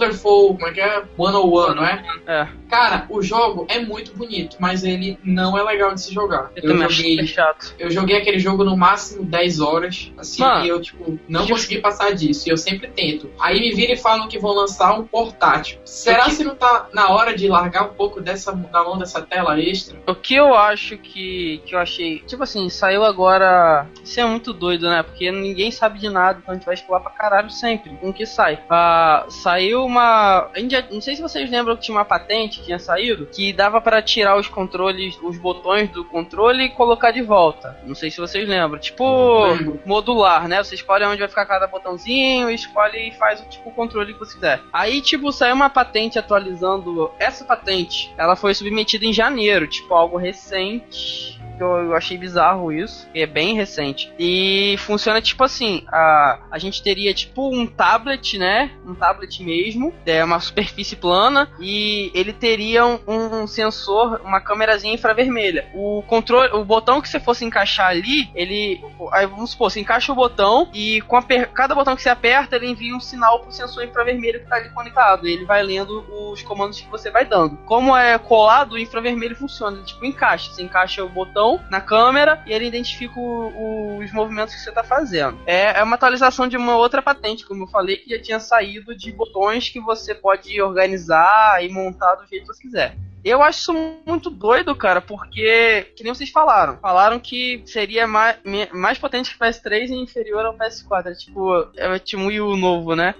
Wonderful, como é que é? cento e um, não é? É. Cara, o jogo é muito bonito, mas ele não é legal de se jogar. Eu, Eu também joguei, achei chato. eu joguei aquele jogo no máximo dez horas, assim, Mano, e eu, tipo, não eu- consegui passar disso, e eu sempre tento. Aí me viram e falam que vão lançar um portátil. Será que- se não tá na hora de largar um pouco dessa, da mão dessa tela extra? O que eu acho que, que eu achei... Tipo assim, saiu agora... Isso é muito doido, né? Porque ninguém sabe de nada, então a gente vai escolar pra caralho sempre com o que sai. Ah, saiu uma... A gente já- não sei se vocês lembram que tinha uma patente que tinha saído, que dava pra tirar os controles, os botões do controle e colocar de volta. Não sei se vocês lembram. Tipo, Lembro. modular, né? Você escolhe onde vai ficar cada botãozinho, escolhe e faz o tipo controle que você quiser. Aí, tipo, saiu uma patente atualizando essa patente. Ela foi submetida em janeiro, tipo, algo recente. Eu, eu achei bizarro isso, é bem recente. E funciona tipo assim, a, a gente teria tipo um tablet, né? Um tablet mesmo, é uma superfície plana, e ele teria um, um sensor, uma câmerazinha infravermelha. O controle, o botão que você fosse encaixar ali, ele, aí vamos supor, você encaixa o botão e com a per, cada botão que você aperta, ele envia um sinal pro sensor infravermelho que tá ali conectado. E ele vai lendo os comandos que você vai dando. Como é colado, o infravermelho funciona, ele tipo encaixa, você encaixa o botão na câmera e ele identifica o, os movimentos que você está fazendo. É, é uma atualização de uma outra patente, como eu falei, que já tinha saído de botões que você pode organizar e montar do jeito que você quiser. Eu acho isso muito doido, cara, porque, que nem vocês falaram, falaram que seria mais, mais potente que o P S três e inferior ao P S quatro, é tipo, é tipo um Wii U novo, né?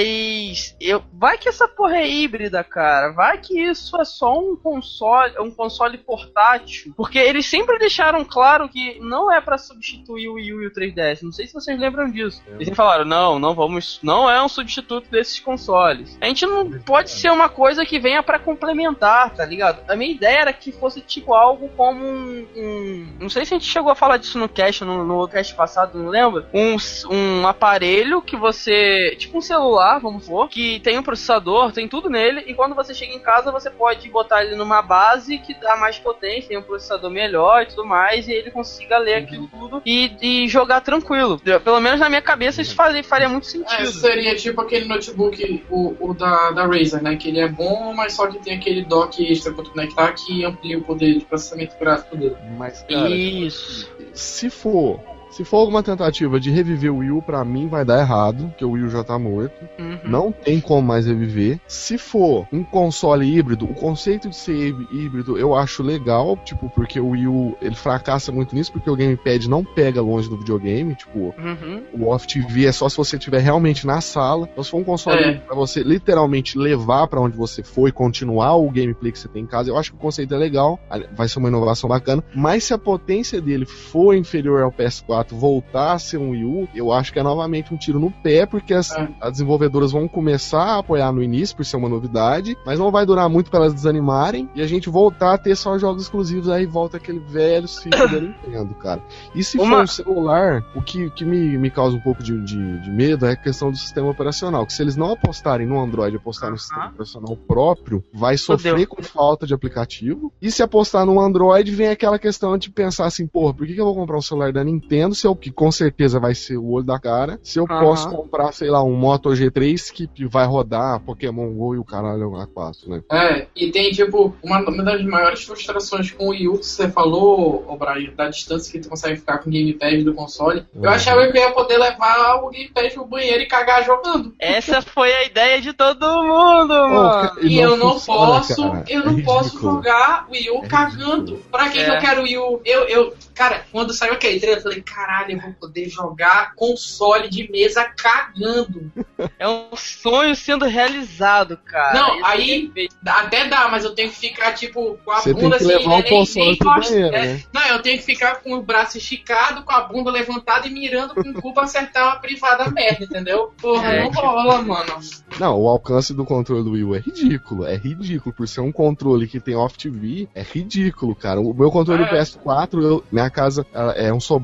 Mas, eu, vai que essa porra é híbrida, cara, vai que isso é só um console, um console portátil, porque eles sempre deixaram claro que não é pra substituir o Wii U e o três D S, não sei se vocês lembram disso. Eles sempre falaram, não, não vamos, não é um substituto desses consoles. A gente não pode ser uma coisa que venha pra complementar, tá ligado? A minha ideia era que fosse tipo algo como um, um... Não sei se a gente chegou a falar disso no cast, no, no cast passado, não lembro. Um, um aparelho que você... Tipo um celular, vamos supor, que tem um processador, tem tudo nele, e quando você chega em casa você pode botar ele numa base que dá mais potência, tem um processador melhor e tudo mais, e ele consiga ler aquilo tudo e, e jogar tranquilo. Pelo menos na minha cabeça isso faria, faria muito sentido. É, seria tipo aquele notebook, o, o da, da Razer, né? Que ele é bom, mas só que tem aquele dock extra pra tu conectar que amplia o poder de processamento gráfico dele. Mas, cara, Isso. se for... Se for alguma tentativa de reviver o Wii U, pra mim vai dar errado, porque o Wii U já tá morto. Uhum. Não tem como mais reviver. Se for um console híbrido, o conceito de ser híbrido eu acho legal, tipo, porque o Wii U, ele fracassa muito nisso, porque o gamepad não pega longe do videogame, tipo, Uhum. o Off T V é só se você estiver realmente na sala. Então se for um console É. pra você literalmente levar pra onde você for e continuar o gameplay que você tem em casa, eu acho que o conceito é legal, vai ser uma inovação bacana, mas se a potência dele for inferior ao P S quatro, voltar a ser um Wii U, eu acho que é novamente um tiro no pé, porque as, É. as desenvolvedoras vão começar a apoiar no início, por ser uma novidade, mas não vai durar muito pra elas desanimarem, e a gente voltar a ter só jogos exclusivos, aí volta aquele velho ciclo da Nintendo, cara. E se Uma- for um celular, o que, que me, me causa um pouco de, de, de medo é a questão do sistema operacional, que se eles não apostarem no Android, apostarem no sistema operacional próprio, vai sofrer Fudeu. com falta de aplicativo, e se apostar no Android, vem aquela questão de pensar assim, porra, por que, que eu vou comprar um celular da Nintendo, se eu, que com certeza vai ser o olho da cara, se eu Aham. posso comprar, sei lá, um Moto G três que vai rodar Pokémon Go e o caralho A quatro, né? É, e tem, tipo, uma, uma das maiores frustrações com o Wii U que você falou, ô Brian, da distância que tu consegue ficar com o gamepad do console. Eu Uhum. achava que eu ia poder levar o gamepad pro banheiro e cagar jogando. Essa foi a ideia de todo mundo, mano. Pô, E eu não funciona, posso, cara. eu É não posso ridículo. jogar o Wii U É cagando. ridículo. Pra que, É. que eu quero o Wii U? Eu, eu, cara, quando saiu aquele trailer, eu falei, caralho, eu vou poder jogar console de mesa cagando. É um sonho sendo realizado, cara. Não, Isso aí- é perfeito. Até dá, mas eu tenho que ficar, tipo, com a Você tem bunda que assim, levar o nem- console nem pro encosta- banheiro, é, né? Não, eu tenho que ficar com o braço esticado, com a bunda levantada e mirando com o cu pra acertar uma privada merda, entendeu? Porra, É, não rola, mano. Não, o alcance do controle do Wii U é ridículo, é ridículo. Por ser um controle que tem Off T V, é ridículo, cara. O meu controle É. do P S quatro, eu, minha casa ela é um sobrado, eu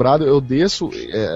desço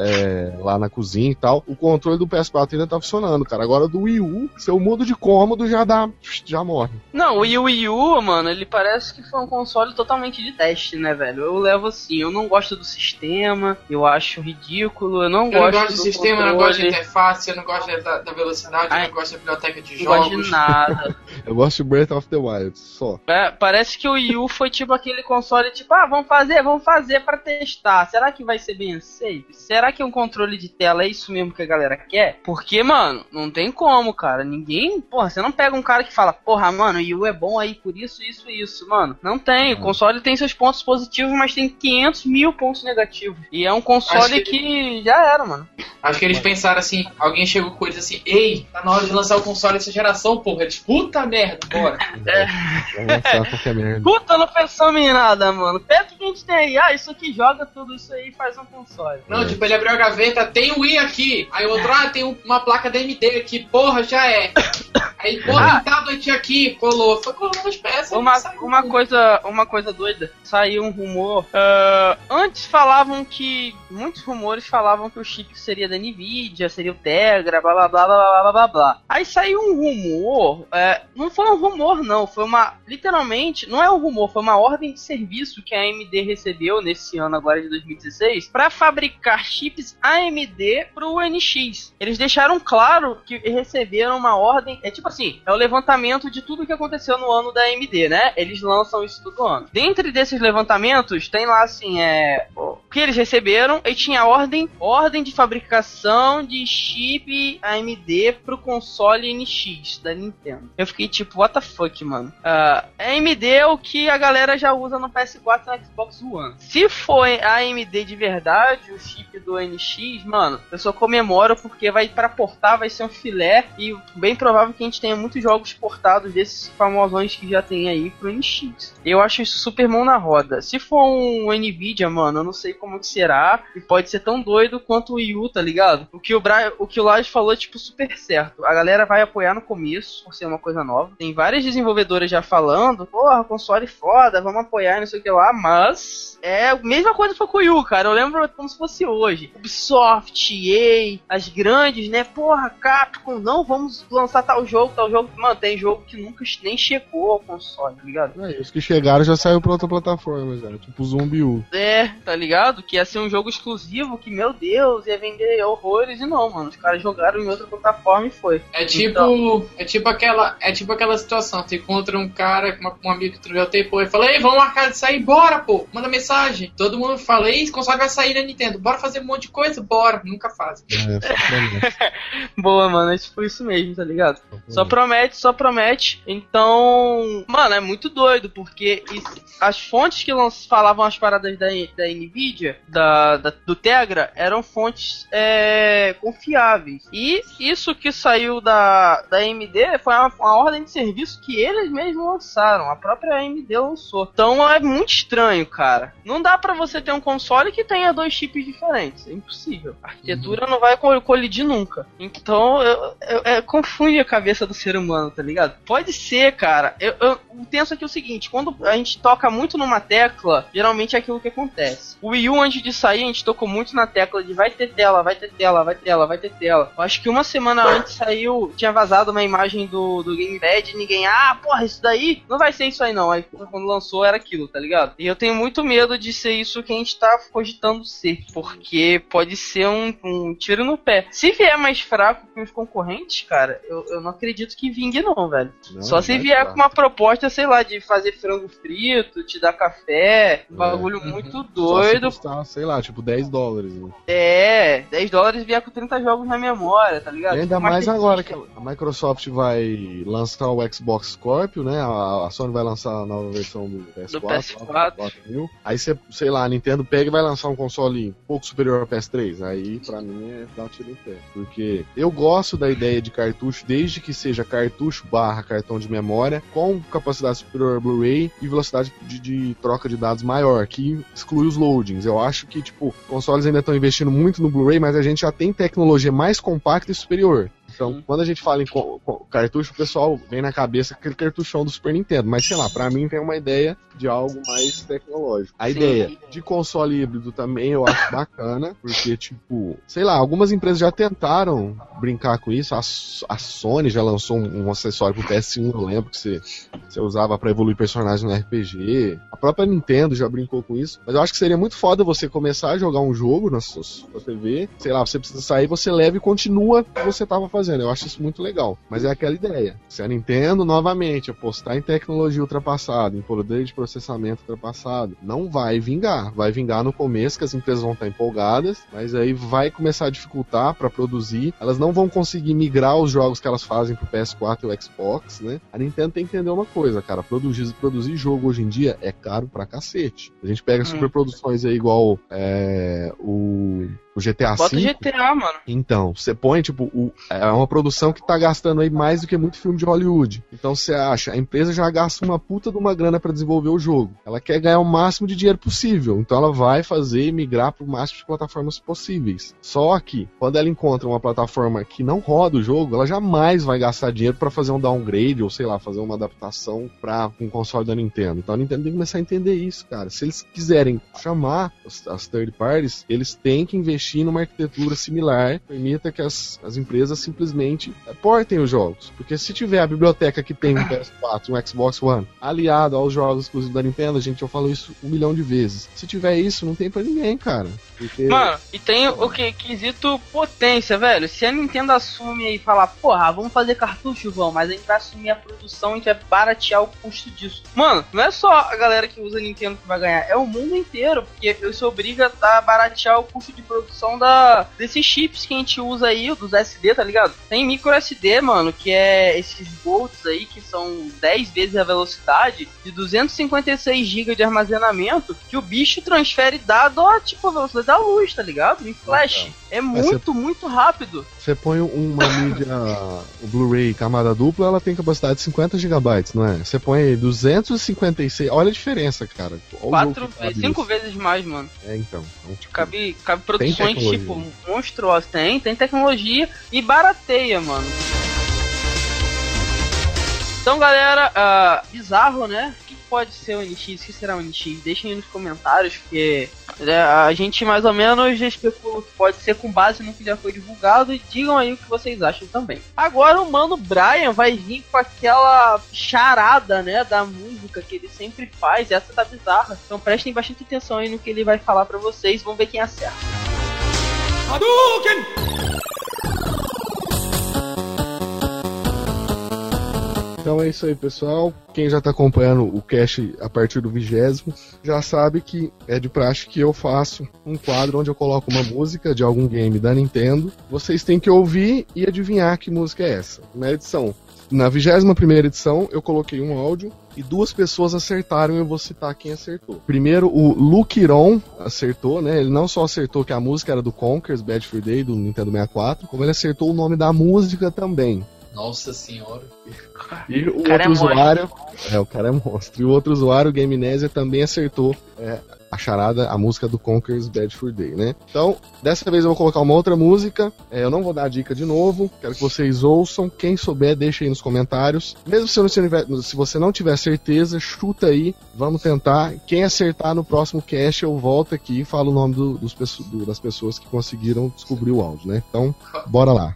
é, é, lá na cozinha e tal, o controle do P S quatro ainda tá funcionando, cara. Agora do Wii U, se eu mudo de cômodo, já dá, já morre. Não, o Wii U, mano, ele parece que foi um console totalmente de teste, né, velho? Eu levo assim, eu não gosto do sistema, eu acho ridículo, eu não eu gosto não gosto do, do sistema, controle. eu não gosto da interface, eu não gosto da, da velocidade, Ai, eu não gosto da biblioteca de não jogos. gosto de nada. Eu gosto de Breath of the Wild, só. É, parece que o Wii U foi tipo aquele console, tipo, ah, vamos fazer, vamos fazer pra testar. Será que vai ser bem aceito? Será que um controle de tela é isso mesmo que a galera quer? Porque, mano, não tem como, cara. Ninguém, porra, você não pega um cara que fala, porra, mano, o Wii U é bom aí por isso, isso e isso, mano. Não tem. O console tem seus pontos positivos, mas tem quinhentos mil pontos negativos. E é um console que... que já era, mano. Acho que eles pensaram assim, alguém chegou com eles assim, ei, tá na hora de lançar o console dessa geração, porra. Eles, puta merda, bora. É. Qualquer merda. Puta, não pensamos em nada, mano. Pega o que a gente tem aí. Ah, isso aqui joga tudo isso aí e faz um console. Não, tipo, ele abriu a gaveta, tem o Wii aqui. Aí o outro, ah, tem uma placa da A M D aqui, porra, já é. Aí, porra, Ah. tem tablet aqui, colou. Foi colando as peças. Uma, saiu. uma, coisa, uma coisa doida, saiu um rumor. Uh, antes falavam que. Muitos rumores falavam que o chip seria da Nvidia, seria o Tegra, blá blá blá blá blá blá blá. Aí saiu um rumor. É, não foi um rumor, não. Foi uma. Literalmente, não é um rumor, foi uma ordem de serviço que a A M D recebeu nesse ano agora de dois mil e dezesseis para fabricar chips A M D pro N X. Eles deixaram claro que receberam uma ordem. É tipo assim, é o levantamento de tudo que aconteceu no ano da A M D, né? Eles lançam isso todo ano. Dentre desses levantamentos, tem lá assim, é... o que eles receberam e tinha ordem, ordem de fabricação de chip A M D pro console N X da Nintendo. Eu fiquei tipo, what the fuck, mano? Uh, A M D é o que a galera já usa no P S quatro e no Xbox One. Se for a A M D de verdade, o chip do N X, mano, eu só comemoro porque vai pra portar, vai ser um filé e bem provável que a gente tenha muitos jogos portados desses famosões que já tem aí pro N X. Eu acho isso super mão na roda. Se for um Nvidia, mano, eu não sei como que será e pode ser tão doido quanto o Wii U, tá ligado? O que o, Bra... o, que o Lage falou é tipo super certo. A galera vai apoiar no começo, por ser uma coisa nova. Tem várias desenvolvedoras já falando, porra, console foda, vamos apoiar e não sei o que lá, mas... é a mesma coisa foi com o Wii U, cara. Eu lembro como se fosse hoje. Ubisoft, E A, as grandes, né? Porra, Capcom, não, vamos lançar tal jogo, tal jogo. Mano, tem jogo que nunca nem chegou ao console, tá ligado? É, os que chegaram já saiu pra outra plataforma, já. Tipo Zombie U. É, tá ligado? Que ia ser um jogo exclusivo, que, meu Deus, ia vender horrores. E não, mano. Os caras jogaram em outra plataforma e foi. É tipo, Então... é tipo aquela, é tipo aquela situação, tu encontra um cara, uma, um amigo que tu já tem, pô, e fala, ei, vamos marcar de sair, bora, pô, manda mensagem. Todo mundo fala, ei, esse console vai sair da Nintendo, bora fazer um monte de coisa, bora, nunca faz. É, só promete. Boa, mano, é tipo isso mesmo, tá ligado? Só promete, só promete. Então, mano, é muito doido, porque isso, as fontes que lanç, falavam as paradas da, da Nvidia, da, da, do Tegra, eram fontes é, confiáveis. E isso que saiu da, da A M D foi uma, uma ordem de serviço que eles mesmos lançaram, a própria A M D lançou. Então é muito estranho, cara. Não dá pra você ter um console que tenha dois chips diferentes, é impossível. A arquitetura uhum. não vai colidir nunca. Então, eu, eu, eu, confunde a cabeça do ser humano, tá ligado? Pode ser, cara. Eu, eu penso aqui o seguinte, quando a gente toca muito numa tecla, geralmente é aquilo que acontece. O Wii U, antes de sair, a gente tocou muito na tecla de vai ter tela, vai ter tela, vai ter tela, vai ter tela. Eu acho que uma semana antes saiu, tinha vazado uma imagem do, do Gamepad e ninguém, ah, porra, isso daí não vai ser isso aí não. Aí quando lançou era aquilo, tá ligado? E eu tenho muito medo de ser isso que a gente tá cogitando ser, porque pode ser um, um tiro no pé. Se vier mais fraco que os concorrentes, cara, eu, eu não acredito que vingue não, velho. Não, só se vier com uma proposta, sei lá, de fazer frango frito, te dar café, um bagulho é. muito doido. Só se custar, sei lá, tipo dez dólares. Né? É, dez dólares vier com trinta jogos na memória, tá ligado? E ainda tipo, mais agora que a Microsoft vai lançar o Xbox Scorpio, né? A, a Sony vai lançar a nova versão do P S quatro. Do P S quatro. quatro mil. Aí você, sei lá, a Nintendo pega e vai lançar um console um pouco superior ao P S três. Aí, pra mim, é dar um tiro no pé. Porque eu gosto da ideia de cartucho, desde que seja cartucho barra cartão de memória, com capacidade superior a Blu-ray e velocidade de, de troca de dados maior, que exclui os loadings. Eu acho que, tipo, consoles ainda estão investindo muito no Blu-ray, mas a gente já tem tecnologia mais compacta e superior. Então, Sim. quando a gente fala em co- co- cartucho, o pessoal vem na cabeça aquele cartuchão do Super Nintendo. Mas, sei lá, pra mim vem uma ideia de algo mais tecnológico. A Sim. ideia de console híbrido também eu acho bacana, porque, tipo, sei lá, algumas empresas já tentaram brincar com isso. A, a Sony já lançou um, um acessório pro P S um, eu lembro que você, você usava pra evoluir personagens no R P G. A própria Nintendo já brincou com isso. Mas eu acho que seria muito foda você começar a jogar um jogo na sua, sua T V, sei lá, você precisa sair, você leva e continua o que você tava fazendo. Eu acho isso muito legal. Mas é aquela ideia. Se a Nintendo, novamente, apostar em tecnologia ultrapassada, em poder de processamento ultrapassado, não vai vingar. Vai vingar no começo, que as empresas vão estar empolgadas, mas aí vai começar a dificultar para produzir. Elas não vão conseguir migrar os jogos que elas fazem pro P S quatro e o Xbox, né? A Nintendo tem que entender uma coisa, cara. Produzir, produzir jogo hoje em dia é caro pra cacete. A gente pega hum. superproduções aí igual é, o... O G T A Bota cinco. o G T A, mano. Então, você põe, tipo, o, é uma produção que tá gastando aí mais do que muito filme de Hollywood. Então você acha, a empresa já gasta uma puta de uma grana pra desenvolver o jogo. Ela quer ganhar o máximo de dinheiro possível. Então ela vai fazer e migrar pro máximo de plataformas possíveis. Só que, quando ela encontra uma plataforma que não roda o jogo, ela jamais vai gastar dinheiro pra fazer um downgrade ou, sei lá, fazer uma adaptação pra um console da Nintendo. Então a Nintendo tem que começar a entender isso, cara. Se eles quiserem chamar as, as third parties, eles têm que investir numa arquitetura similar, permita que as, as empresas simplesmente portem os jogos. Porque se tiver a biblioteca que tem um P S quatro, um Xbox One, aliado aos jogos exclusivos da Nintendo, a gente já falou isso um milhão de vezes. Se tiver isso, não tem pra ninguém, cara. Porque... Mano, e tem o que? Quesito potência, velho. Se a Nintendo assume e falar, porra, vamos fazer cartucho, vamos, mas a gente vai assumir a produção, a gente vai baratear o custo disso. Mano, não é só a galera que usa Nintendo que vai ganhar, é o mundo inteiro, porque isso obriga a baratear o custo de produção da, desses chips que a gente usa aí, dos S D, tá ligado? Tem micro S D, mano, que é esses volts aí, que são dez vezes a velocidade, de duzentos e cinquenta e seis gigas de armazenamento, que o bicho transfere dado a, tipo, a velocidade da luz, tá ligado? Em flash. Então, é muito, você, muito rápido. Você põe uma mídia, o Blu-ray camada dupla, ela tem capacidade de cinquenta gigabytes, não é? Você põe duzentos e cinquenta e seis, olha a diferença, cara. Quatro vezes, cinco vezes mais, mano. É, então. então tipo, cabe, cabe produções, tipo, monstruosas. Tem, tem tecnologia e barateia, mano. Então, galera, uh, bizarro, né? O que pode ser o N X? O que será o N X? Deixem aí nos comentários, porque né, a gente mais ou menos já especula que pode ser com base no que já foi divulgado, e digam aí o que vocês acham também. Agora o mano Brian vai vir com aquela charada, né, da música que ele sempre faz, essa tá bizarra. Então prestem bastante atenção aí no que ele vai falar pra vocês, vamos ver quem acerta. Hadouken! Então é isso aí, pessoal. Quem já tá acompanhando o cast a partir do vigésimo já sabe que é de praxe que eu faço um quadro onde eu coloco uma música de algum game da Nintendo. Vocês têm que ouvir e adivinhar que música é essa. Na edição, na vigésima primeira edição, eu coloquei um áudio e duas pessoas acertaram, e eu vou citar quem acertou. Primeiro, o Luquiron acertou, né? Ele não só acertou que a música era do Conker's Bad Fur Day, do Nintendo sessenta e quatro, como ele acertou o nome da música também. Nossa senhora. E o outro é usuário... É, o cara é monstro. E o outro usuário, o Gamenésia, também acertou é, a charada, a música do Conker's Bad Fur Day, né? Então, dessa vez eu vou colocar uma outra música. É, eu não vou dar a dica de novo. Quero que vocês ouçam. Quem souber, deixa aí nos comentários. Mesmo se você não tiver, se você não tiver certeza, chuta aí. Vamos tentar. Quem acertar no próximo cast, eu volto aqui e falo o nome do, dos, do, das pessoas que conseguiram descobrir o áudio, né? Então, bora lá.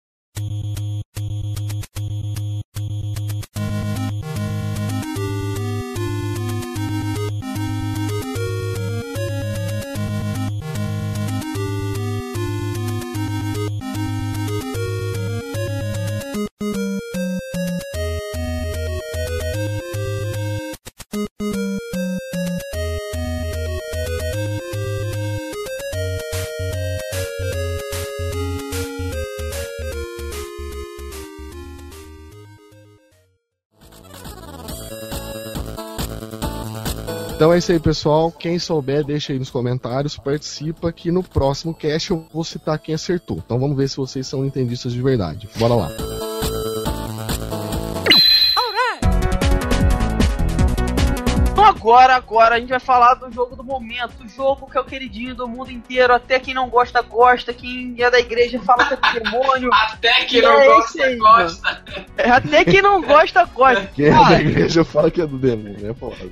Então é isso aí, pessoal. Quem souber, deixa aí nos comentários, participa, que no próximo cast eu vou citar quem acertou. Então vamos ver se vocês são nintendistas de verdade. Bora lá. Então agora, agora a gente vai falar do jogo do momento, o jogo que é o queridinho do mundo inteiro, até quem não gosta, gosta, quem é da igreja fala que é demônio. Até quem não é gosta, aí, gosta. É, até quem não gosta, gosta. Quem é Cara, da igreja fala que é do demônio, é foda.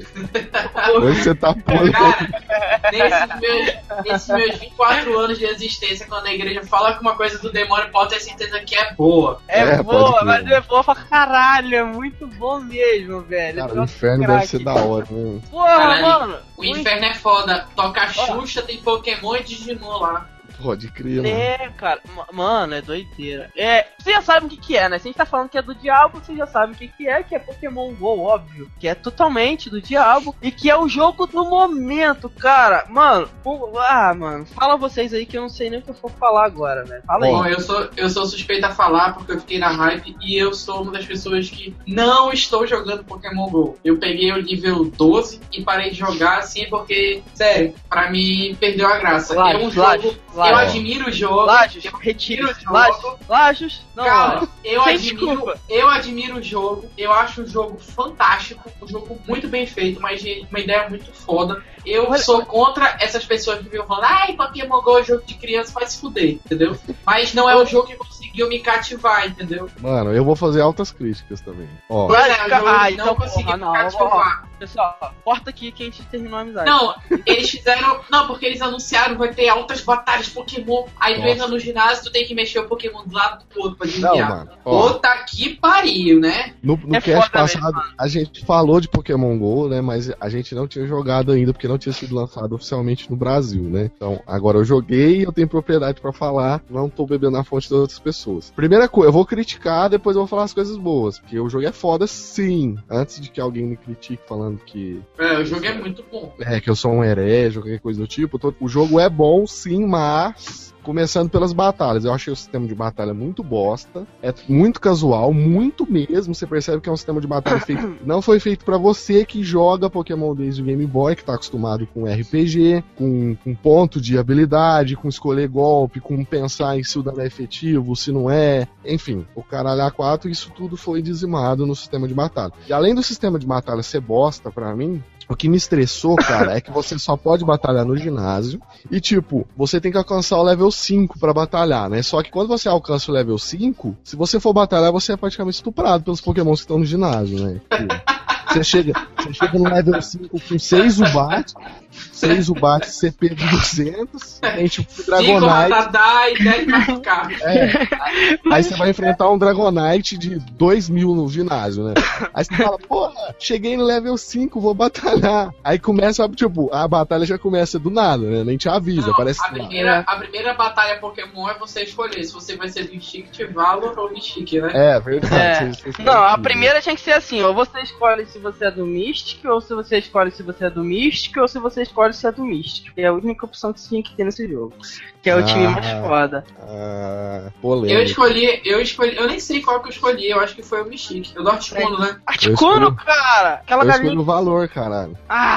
Hoje você tá puto. Cara, nesses meus, nesses meus vinte e quatro anos de existência, quando a igreja fala que uma coisa do demônio, pode ter certeza que é boa. é, É, boa, pode mas crer. é boa pra caralho, é muito bom mesmo, velho. Cara, o Troço inferno craque. deve ser da hora, né? Porra, Caralho, mano. O inferno é foda. Toca Xuxa, tem Pokémon e Digimon lá. Pode crer, mano. É, cara, ma- mano, é doideira. É, você já sabe o que que é, né? Se a gente tá falando que é do diabo, você já sabe o que que é, que é Pokémon GO, óbvio. Que é totalmente do diabo e que é o jogo do momento, cara. Mano, o- ah, mano, fala vocês aí que eu não sei nem o que eu for falar agora, né? Fala aí. Bom, eu sou, eu sou suspeita a falar porque eu fiquei na hype e eu sou uma das pessoas que não estou jogando Pokémon GO. Eu peguei o nível doze e parei de jogar assim porque, sério, pra mim perdeu a graça. Lajos, é um Lajos, jogo. Lajos. Eu admiro o jogo. Lajos, eu retira. admiro o Lajos, jogo. Lajos, não, Calma, Lajos. eu Sem admiro, desculpa. eu admiro o jogo, eu acho o jogo fantástico, um jogo muito bem feito, mas de uma ideia muito foda. Eu Olha- sou contra essas pessoas que ficam falando, ai, Pokémon GO é jogo de criança, vai se fuder, entendeu? Mas não é um jogo que conseguiu me cativar, entendeu? Mano, eu vou fazer altas críticas também. Ó, Pois é, o jogo Ah, não então, conseguiu porra, me não, cativar. Pessoal, corta aqui que a gente terminou a amizade. Não, eles fizeram. Não, porque eles anunciaram vai ter altas batalhas Pokémon. Aí tu Nossa. entra no ginásio, tu tem que mexer o Pokémon do lado do outro pra não, desviar. mano. Ó, Puta que pariu, né? no no É cast foda passado, mesmo, a gente falou de Pokémon GO, né? Mas a gente não tinha jogado ainda, porque não tinha sido lançado oficialmente no Brasil, né? Então, agora eu joguei, eu tenho propriedade pra falar, não tô bebendo na fonte das outras pessoas. Primeira coisa, eu vou criticar, depois eu vou falar as coisas boas, porque o jogo é foda sim. Antes de que alguém me critique falando que É, o jogo é muito bom. é, que eu sou um herege ou qualquer coisa do tipo. tô- O jogo é bom, sim, mas... Começando pelas batalhas, eu achei o sistema de batalha muito bosta, é muito casual, muito mesmo. Você percebe que é um sistema de batalha feito, não foi feito pra você que joga Pokémon desde o Game Boy, que tá acostumado com R P G, com, com ponto de habilidade, com escolher golpe, com pensar em se o dano é efetivo, se não é, enfim, o caralho A quatro, isso tudo foi dizimado no sistema de batalha. E além do sistema de batalha ser bosta pra mim, o que me estressou, cara, é que você só pode batalhar no ginásio e, tipo, você tem que alcançar o level cinco pra batalhar, né? Só que quando você alcança o level cinco, se você for batalhar, você é praticamente estuprado pelos pokémons que estão no ginásio, né? Tipo, você chega, você chega no level cinco com seis Zubat, seis Zubat C P de duzentos, tem tipo cinco Dragonite. Ratadai e dez Magikarp. É. Aí você vai enfrentar um Dragonite de dois mil no ginásio, né? Aí você fala, porra, cheguei no level cinco, vou batalhar. Aí começa, tipo, a batalha já começa do nada, né? Nem te avisa, Não, parece a, lá. primeira, a primeira batalha Pokémon é você escolher se você vai ser Mystic, Valor ou Mystic, né? É, verdade. É. Você- você Não, a sabe. primeira tinha que ser assim, ou você escolhe se você é do Mystic, ou se você escolhe se você é do Mystic, ou se você escolhe se é do Mystic. É a única opção que você tinha que ter nesse jogo. Que é o Ah. time mais foda. Ah, Eu polêmico. escolhi, eu escolhi, eu nem sei qual que eu escolhi, eu acho que foi o Mystic. Eu dou Articuno, né? Articuno, escolhi- cara! Aquela Eu escolhi galinha. o valor, caralho.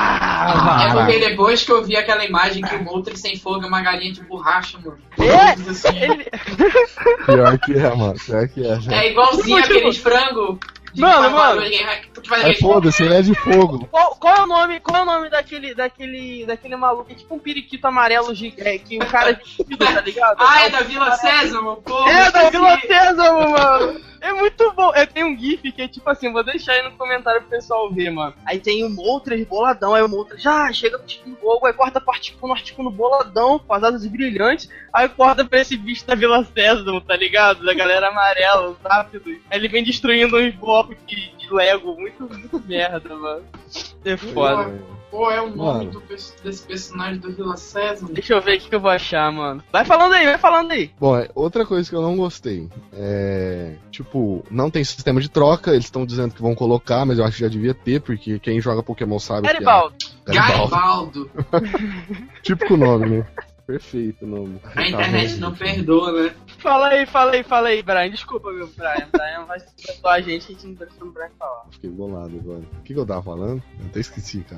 Ah! É porque depois que eu vi aquela imagem que o Moltres sem fogo é uma galinha de borracha, mano. É? Assim, Ele... Pior que é, mano. Pior que é. Já. é igualzinho Muito aqueles frango. de Mano, que faz mano. barulho, que faz É aquele- foda-se, ele é de fogo. Qual, qual é o nome? Qual é o nome daquele, daquele, daquele maluco? É tipo um periquito amarelo gi- é, que o cara é vestido, tá ligado? Ah, é da Vila Sésamo, pô. É da esqueci. Vila Sésamo, mano! É muito bom. É, tem um gif que é tipo assim, vou deixar aí no comentário pro pessoal ver, mano. Aí tem o Moltres boladão, aí o Moltres já chega pro tipo fogo, aí corta pro Articuno, Articuno boladão, com as asas brilhantes, aí corta pra esse bicho da Vila Sésamo, tá ligado? Da galera amarela, os rápidos. Aí ele vem destruindo uns blocos de, de Lego, muito, muito merda, mano. É foda. Pô, é o nome Mano. do pers- desse personagem do Vila Sésamo. Deixa eu ver o que, que eu vou achar, mano. Vai falando aí, vai falando aí. Bom, é, outra coisa que eu não gostei é. Tipo, não tem sistema de troca, eles estão dizendo que vão colocar, mas eu acho que já devia ter, porque quem joga Pokémon sabe Garibaldo. que é. Garibaldo. Garibaldo. Típico nome, né? perfeito o nome. A internet não perdoa, né? Fala aí, fala aí, fala aí, Brian. Desculpa, meu Brian. Brian vai perdoar a gente, a gente não tá deixando o Brian falar. Fiquei bolado agora. O que, que eu tava falando? Eu até esqueci, cara.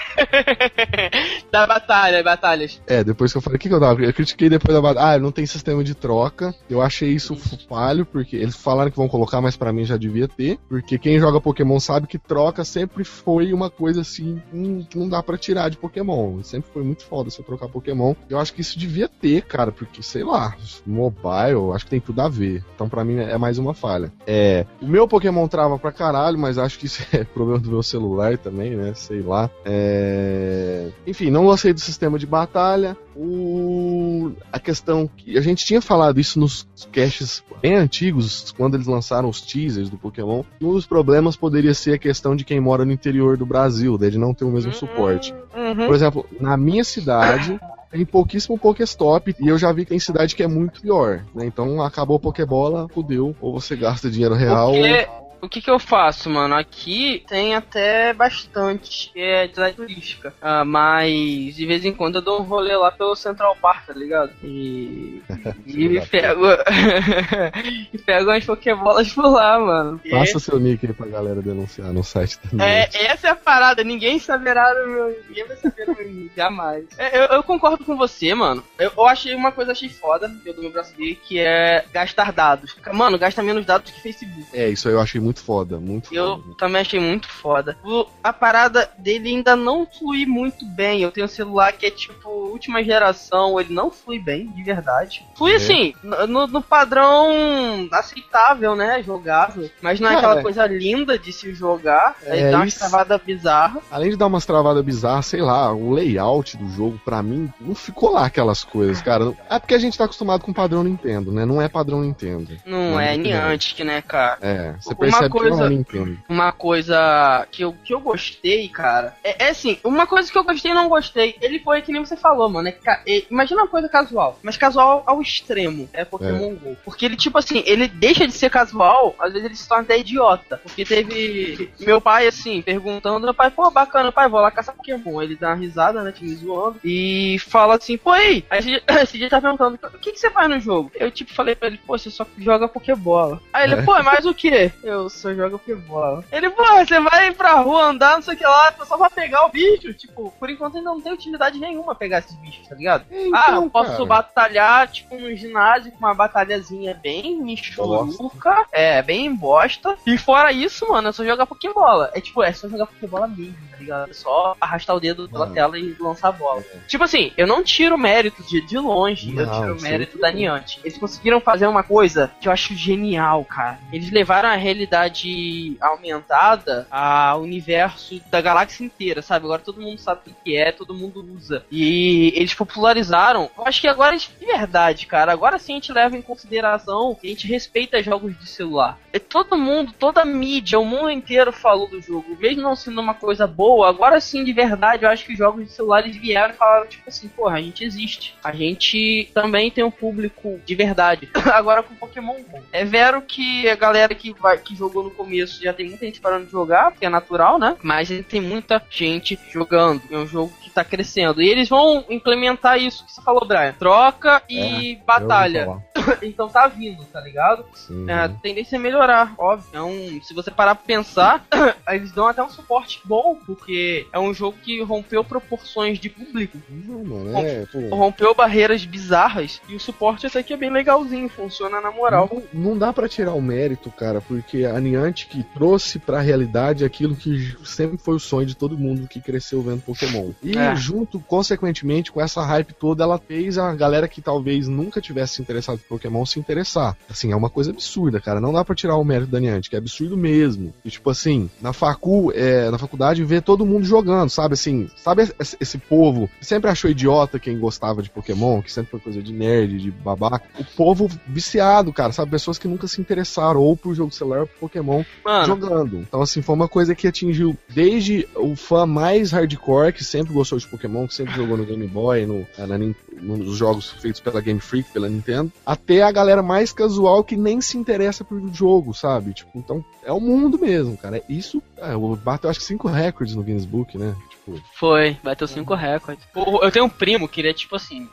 Da batalha, batalhas. É, depois que eu falei, o que, que eu tava? Eu critiquei depois da batalha. Ah, não tem sistema de troca. Eu achei isso falho, porque eles falaram que vão colocar, mas pra mim já devia ter. Porque quem joga Pokémon sabe que troca sempre foi uma coisa assim hum, que não dá pra tirar de Pokémon. Sempre foi muito foda você trocar Pokémon. Eu acho que isso devia ter, cara, porque, sei lá, mobile, acho que tem tudo a ver. Então pra mim é mais uma falha. É, o meu Pokémon trava pra caralho, mas acho que isso é problema do meu celular também, né? Sei lá. É... Enfim, não gostei do sistema de batalha. O... A questão que a gente tinha falado isso nos caches bem antigos, quando eles lançaram os teasers do Pokémon. Um dos problemas poderia ser a questão de quem mora no interior do Brasil, de não ter o mesmo suporte. Uhum. Por exemplo, na minha cidade tem pouquíssimo Pokéstop e eu já vi que tem cidade que é muito pior, né? Então acabou a Pokébola, fudeu. Ou você gasta dinheiro real. Porque... ou... O que que eu faço, mano? Aqui tem até bastante que é cidade turística. Ah, mas de vez em quando eu dou um rolê lá pelo Central Park, tá ligado? E. e pego. e pego umas Pokébolas por lá, mano. Passa o seu nick aí pra galera denunciar no site também. É, essa é a parada, ninguém saberá do meu. Ninguém vai saber do meu nick, jamais. É, eu, eu concordo com você, mano. Eu, eu achei uma coisa, achei foda, eu do meu braço gay, que é gastar dados. Mano, gasta menos dados que Facebook. É, isso aí eu achei muito foda, muito eu foda. também achei muito foda. O, a parada dele ainda não flui muito bem. Eu tenho um celular que é tipo última geração, ele não flui bem, de verdade. Flui é. assim, no, no padrão aceitável, né? Jogável. Mas não é Cara, aquela coisa linda de se jogar. É, Aí dá uma isso... travada bizarra. Além de dar umas travadas bizarras, sei lá, o layout do jogo, pra mim, não ficou lá aquelas coisas, cara. É porque a gente tá acostumado com o padrão Nintendo, né? Não é padrão Nintendo. Não, não é é Niantic, né, cara? É, você Uma percebe coisa... que não é Nintendo. Uma coisa que eu, que eu gostei, cara, é, é assim, uma coisa que eu gostei e não gostei, ele foi que nem você falou, mano, é, é, imagina uma coisa casual, mas casual ao extremo, é Pokémon é. Go. Porque ele, tipo assim, ele deixa de ser casual, às vezes ele se torna até idiota. Porque teve meu pai, assim, perguntando, meu pai, pô, bacana, pai, vou lá caçar Pokémon. Ele dá uma risada, né, me zoando, e fala assim, pô, aí, aí esse dia tá perguntando, o que que você faz no jogo? Eu, tipo, falei pra ele, pô, você só joga Pokébola. Aí ele, pô, é mais o quê? Eu só jogo Pokébola. Ele, pô, você vai pra rua andar, não sei o que lá, só pra pegar o bicho. Tipo, por enquanto ainda não tem utilidade nenhuma pegar esses bichos, tá ligado? Então, ah, eu posso cara. batalhar, tipo, num ginásio com uma batalhazinha bem michuruca, é, bem bosta. E fora isso, mano, é só jogar Pokébola. É tipo, é só jogar Pokébola mesmo, tá ligado? É só arrastar o dedo pela mano. tela e lançar a bola. É. Tipo assim, eu não tiro mérito de, de longe, não, eu tiro o mérito da Niantic. Eles conseguiram fazer uma coisa que eu acho genial, cara. Eles levaram a realidade aumentada ao universo da galáxia inteira, sabe? Agora todo mundo sabe o que é, todo mundo usa. E eles popularizaram. Eu acho que agora, de verdade, cara, agora sim a gente leva em consideração que a gente respeita jogos de celular. É todo mundo, toda a mídia, o mundo inteiro falou do jogo. Mesmo não sendo uma coisa boa, agora sim, de verdade, eu acho que os jogos de celular eles vieram e falaram, tipo assim, porra, a gente existe. A gente também tem um público de verdade. Agora com Pokémon Go. É vero que a galera que, vai, que jogou no começo já tem muita gente parando de jogar, porque é natural, né? Mas tem muita gente jogando. É um jogo que tá crescendo. E eles vão implementar isso que você falou, Brian. Troca e é, batalha. Então tá vindo, tá ligado? É, a tendência é melhorar, óbvio. Então, se você parar pra pensar, eles dão até um suporte bom, porque é um jogo que rompeu proporções de público. Não, é, rompeu barreiras bizarras e o suporte até que é bem legalzinho, funciona na moral. Não, não dá pra tirar o mérito, cara, porque a Niantic trouxe pra realidade aquilo que sempre foi o sonho de todo mundo que cresceu vendo Pokémon. E é. junto, consequentemente, com essa hype toda, ela fez a galera que talvez nunca tivesse se interessado por Pokémon se interessar. Assim, é uma coisa absurda, cara. Não dá pra tirar o mérito da Niantic, é absurdo mesmo. E tipo assim, na facu, é, na faculdade, vê todo mundo jogando, sabe? Assim, sabe esse, esse povo que sempre achou idiota quem gostava de Pokémon, que sempre foi coisa de nerd, de babaca. O povo viciado, cara, sabe? Pessoas que nunca se interessaram ou pro jogo celular ou pro Pokémon Mano. jogando. Então, assim, foi uma coisa que atingiu desde o fã mais hardcore, que sempre gostou de Pokémon, que sempre jogou no Game Boy, no, na, nos jogos feitos pela Game Freak, pela Nintendo, até a galera mais casual que nem se interessa por jogo, sabe? Tipo, então, é o mundo mesmo, cara. Isso, é, bateu acho que cinco recordes no Guinness Book, né? Tipo... Foi, bateu cinco recordes. Eu tenho um primo que ele é tipo assim,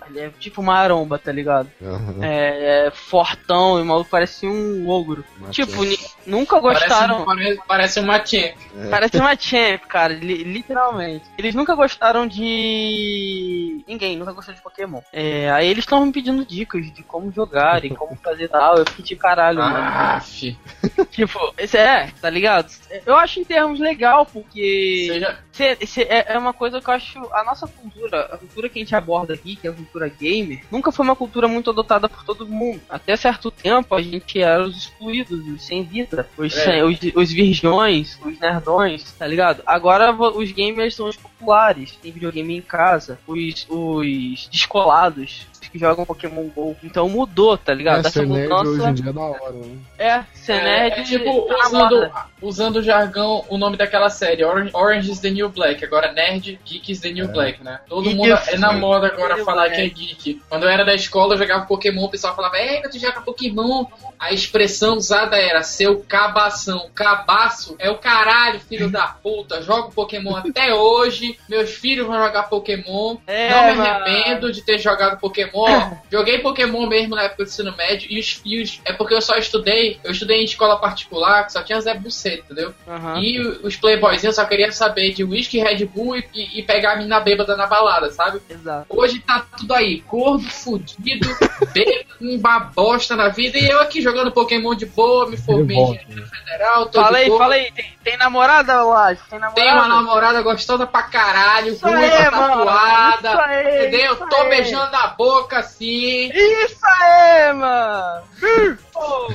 Ele é tipo uma aromba, tá ligado? Aham. É, é fortão e o maluco parece um ogro. Machamp. Tipo, ni- nunca gostaram. Parece, parece uma champ. Parece uma champ, cara, li- literalmente. Eles nunca gostaram de. Ninguém nunca gostou de Pokémon. É, aí eles estão me pedindo dicas de como jogar e como fazer tal. Eu fiquei de caralho, mano. Ah, fi. Tipo, esse é, tá ligado? Eu acho em termos legal, porque. Seja, Cê- cê- é, é uma coisa que eu acho. A nossa cultura, a cultura que a gente aborda aqui, que é a cultura gamer, nunca foi uma cultura muito adotada por todo mundo. Até certo tempo a gente era os excluídos, os sem vida, os, É. sem- os, os virgões, os nerdões, tá ligado? Agora vo- os gamers são os populares, tem videogame em casa, os, os descolados. Que jogam Pokémon GO. Então mudou, tá ligado? É, Essa ser nerd mudança. hoje em dia é da hora, né? É, ser é, nerd é tipo, tá na usando, moda. usando o jargão, o nome daquela série, Orange, Orange is the New Black. Agora Nerd, Geek is the New É. Black, né? Todo Isso. mundo é na moda agora New falar Black. que é geek. Quando eu era da escola, eu jogava Pokémon, o pessoal falava, ei, tu joga Pokémon. A expressão usada era seu cabação. Cabaço é o caralho, filho da puta. Jogo Pokémon até hoje. Meus filhos vão jogar Pokémon. É, Não me mano. arrependo de ter jogado Pokémon. Joguei Pokémon mesmo na época do ensino médio. E os, e os- é porque eu só estudei. Eu estudei em escola particular, que só tinha Zé Buceta, entendeu? Aham. E o- os playboyzinhos só queriam saber de whisky, Red Bull e, e- e pegar a mina bêbada na balada, sabe? Exato. Hoje tá tudo aí, gordo, fudido, bêbado, uma bosta na vida. E eu aqui jogando Pokémon de boa, me formei em volta, engenharia federal, tô Fala de aí, boa. fala aí. Tem, tem namorada, Laje? Tem namorada? Tenho uma namorada gostosa pra caralho, Isso aí, ruiva, mano. tatuada, Isso aí, entendeu? isso Tô aí. beijando na boca assim, Isso aí, mano! Pô,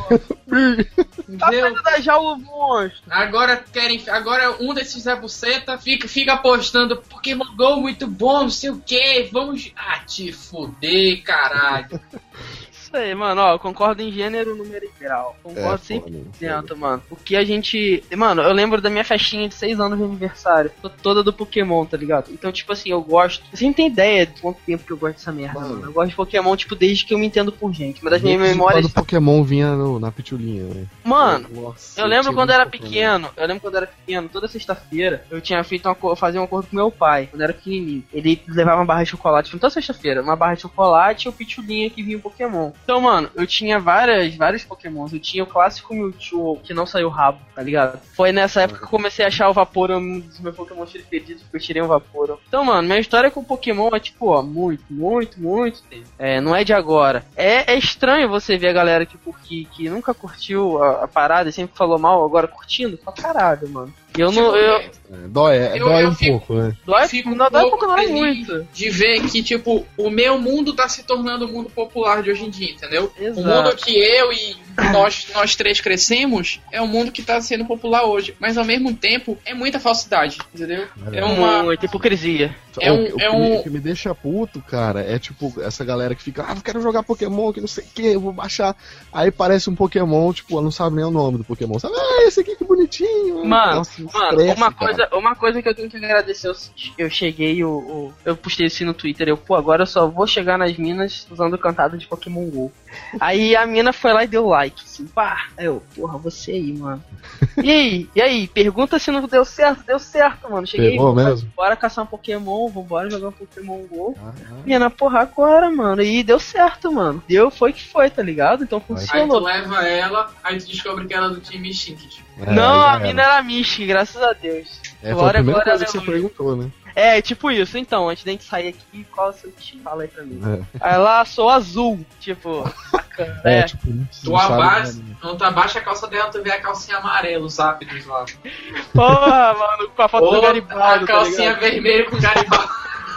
tá entendeu? saindo da jaula o monstro. Agora querem. Agora um desses Zé Buceta fica, fica postando Pokémon GO muito bom, não sei o que. Vamos. Ah, te fuder, caralho. Isso aí, mano, ó, eu concordo em gênero, número e grau. Concordo É, cem por foda, cento, mano. O que a gente. Mano, eu lembro da minha festinha de seis anos de aniversário. Tô toda do Pokémon, tá ligado? Então, tipo assim, eu gosto. Você não tem ideia de quanto tempo que eu gosto dessa merda, Mano. mano. Eu gosto de Pokémon, tipo, desde que eu me entendo por gente. Uma das minhas Desde memórias. quando o Pokémon vinha no- na pitulinha, né? Mano, Nossa, eu lembro tinha quando eu era muito Pokémon. pequeno, eu lembro quando eu era pequeno, toda sexta-feira, eu tinha feito uma co- fazer um acordo com meu pai, quando eu era pequenininho. Ele levava uma barra de chocolate, tipo, toda sexta-feira, uma barra de chocolate e o pitulinha que vinha o Pokémon. Então, mano, eu tinha várias, vários Pokémons. Eu tinha o clássico Mewtwo, que não saiu rabo, tá ligado? Foi nessa época que eu comecei a achar o Vaporeon um dos meus Pokémons preferidos, porque eu tirei um Vaporeon. Então, mano, minha história com o Pokémon é tipo, ó, muito, muito, muito tempo. É, não é de agora. É, é estranho você ver a galera que, que, que nunca curtiu a, a parada e sempre falou mal, agora curtindo pra caralho, mano. E eu não. Eu, É, dói, é, Eu- dói eu um fico- pouco, né? dói, Fico não um dói pouco pouco, não é feliz muito. de ver que, tipo, o meu mundo tá se tornando o mundo popular de hoje em dia, entendeu? Exato. O mundo que eu e nós, nós três crescemos é o mundo que tá sendo popular hoje. Mas ao mesmo tempo, é muita falsidade, entendeu? É uma. Muita hipocrisia. É o, um- o que é me, um- o que me deixa puto, cara, é tipo essa galera que fica, ah, eu quero jogar Pokémon, que não sei o que, eu vou baixar. Aí parece um Pokémon, tipo, ela não sabe nem o nome do Pokémon. Sabe? Ah, esse aqui que bonitinho. Mano, Nossa, mano, estresse, uma, cara. coisa, uma coisa que eu tenho que agradecer, eu, eu cheguei, o, o- eu postei isso no Twitter, eu, pô, agora eu só vou chegar nas minas usando o cantado de Pokémon GO. Aí a mina foi lá e deu like, assim, pá, aí eu, porra, você aí, mano. E aí, e aí, pergunta se não deu certo, deu certo, mano. Cheguei, Pegou bora, mesmo? bora caçar um Pokémon, vambora jogar um Pokémon GO. Ah, ah. Mina, porra, agora, mano, e deu certo, mano. Deu, foi que foi, tá ligado? Então Aí tu funcionou. leva ela, aí tu descobre que ela é do time Shinkies. É, Não, já a mina era Mishi, graças a Deus. É, foi a Glória, primeira glória, coisa que você aleluia. perguntou, né? É, tipo isso. Então, antes da gente sair aqui, qual é o seu time? Fala aí pra mim. É, Aí lá, sou azul. Tipo, bacana. é, É, tipo, não Tu sabe, abaixa, né? não tu abaixa a calça dela, tu vê a calcinha amarela, os ápidos lá. porra, mano, com a foto do Ou Garibaldo, a tá calcinha ligado? vermelha com Garibaldo.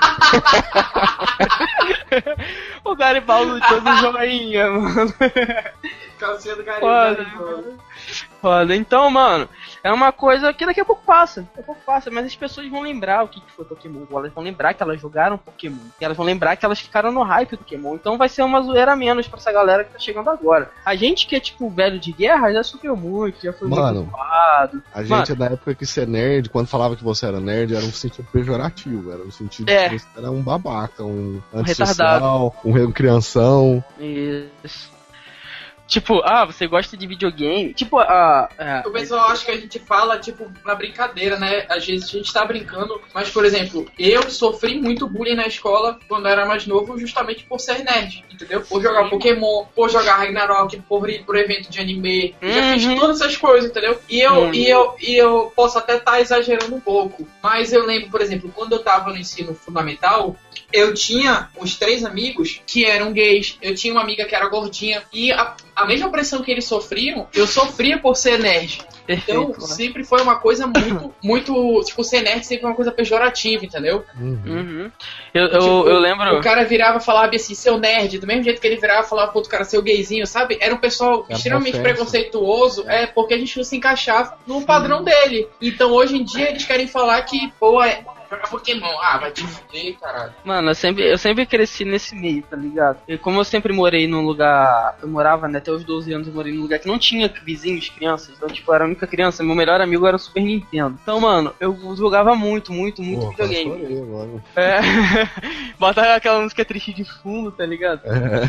O Garibaldo de todo joinha, mano. Calcinha do Foda, Garibaldo. Foda. Então, mano, é uma coisa que daqui a pouco passa. Daqui a pouco passa, mas as pessoas vão lembrar o que que foi Pokémon. Elas vão lembrar que elas jogaram Pokémon. E elas vão lembrar que elas ficaram no hype do Pokémon. Então vai ser uma zoeira a menos pra essa galera que tá chegando agora. A gente que é tipo velho de guerra já sofreu muito, já foi Mano, muito ocupado. A gente Mano. é da época que ser nerd, quando falava que você era nerd, era um sentido pejorativo, era um sentido É. que você era um babaca, um retardado. antissocial, um re- crianção. Isso. Tipo, ah, você gosta de videogame? Tipo, a... Uh, uh, o pessoal acha que a gente fala, tipo, na brincadeira, né? Às vezes a gente tá brincando, mas, por exemplo, eu sofri muito bullying na escola quando eu era mais novo, justamente por ser nerd, entendeu? Por jogar Pokémon, por jogar Ragnarok, por ir por evento de anime. Eu já uhum. fiz todas essas coisas, entendeu? E eu, uhum. e eu, e eu posso até estar tá exagerando um pouco, mas eu lembro, por exemplo, quando eu tava no ensino fundamental, eu tinha os três amigos que eram gays, eu tinha uma amiga que era gordinha, e a, a mesma pressão que eles sofriam, eu sofria por ser nerd. Perfeito, então, né? sempre foi uma coisa muito, muito, tipo, ser nerd sempre foi uma coisa pejorativa, entendeu? Uhum. Uhum. Eu, eu, tipo, eu lembro... O cara virava e falava assim, seu nerd, do mesmo jeito que ele virava e falava pro outro cara, seu gayzinho, sabe? Era um pessoal é extremamente preconceituoso, é, porque a gente não se encaixava no padrão Sim. dele. Então, hoje em dia, eles querem falar que, pô, é... jogar Pokémon, ah, vai te fuder, caralho. Mano, eu sempre, eu sempre cresci nesse meio, tá ligado? E como eu sempre morei num lugar, eu morava, né, até os doze anos eu morei num lugar que não tinha vizinhos, crianças, então, tipo, eu era a única criança, meu melhor amigo era o Super Nintendo. Então, mano, eu jogava muito, muito, muito Pô, videogame. Agora. É, botava aquela música triste de fundo, tá ligado? É.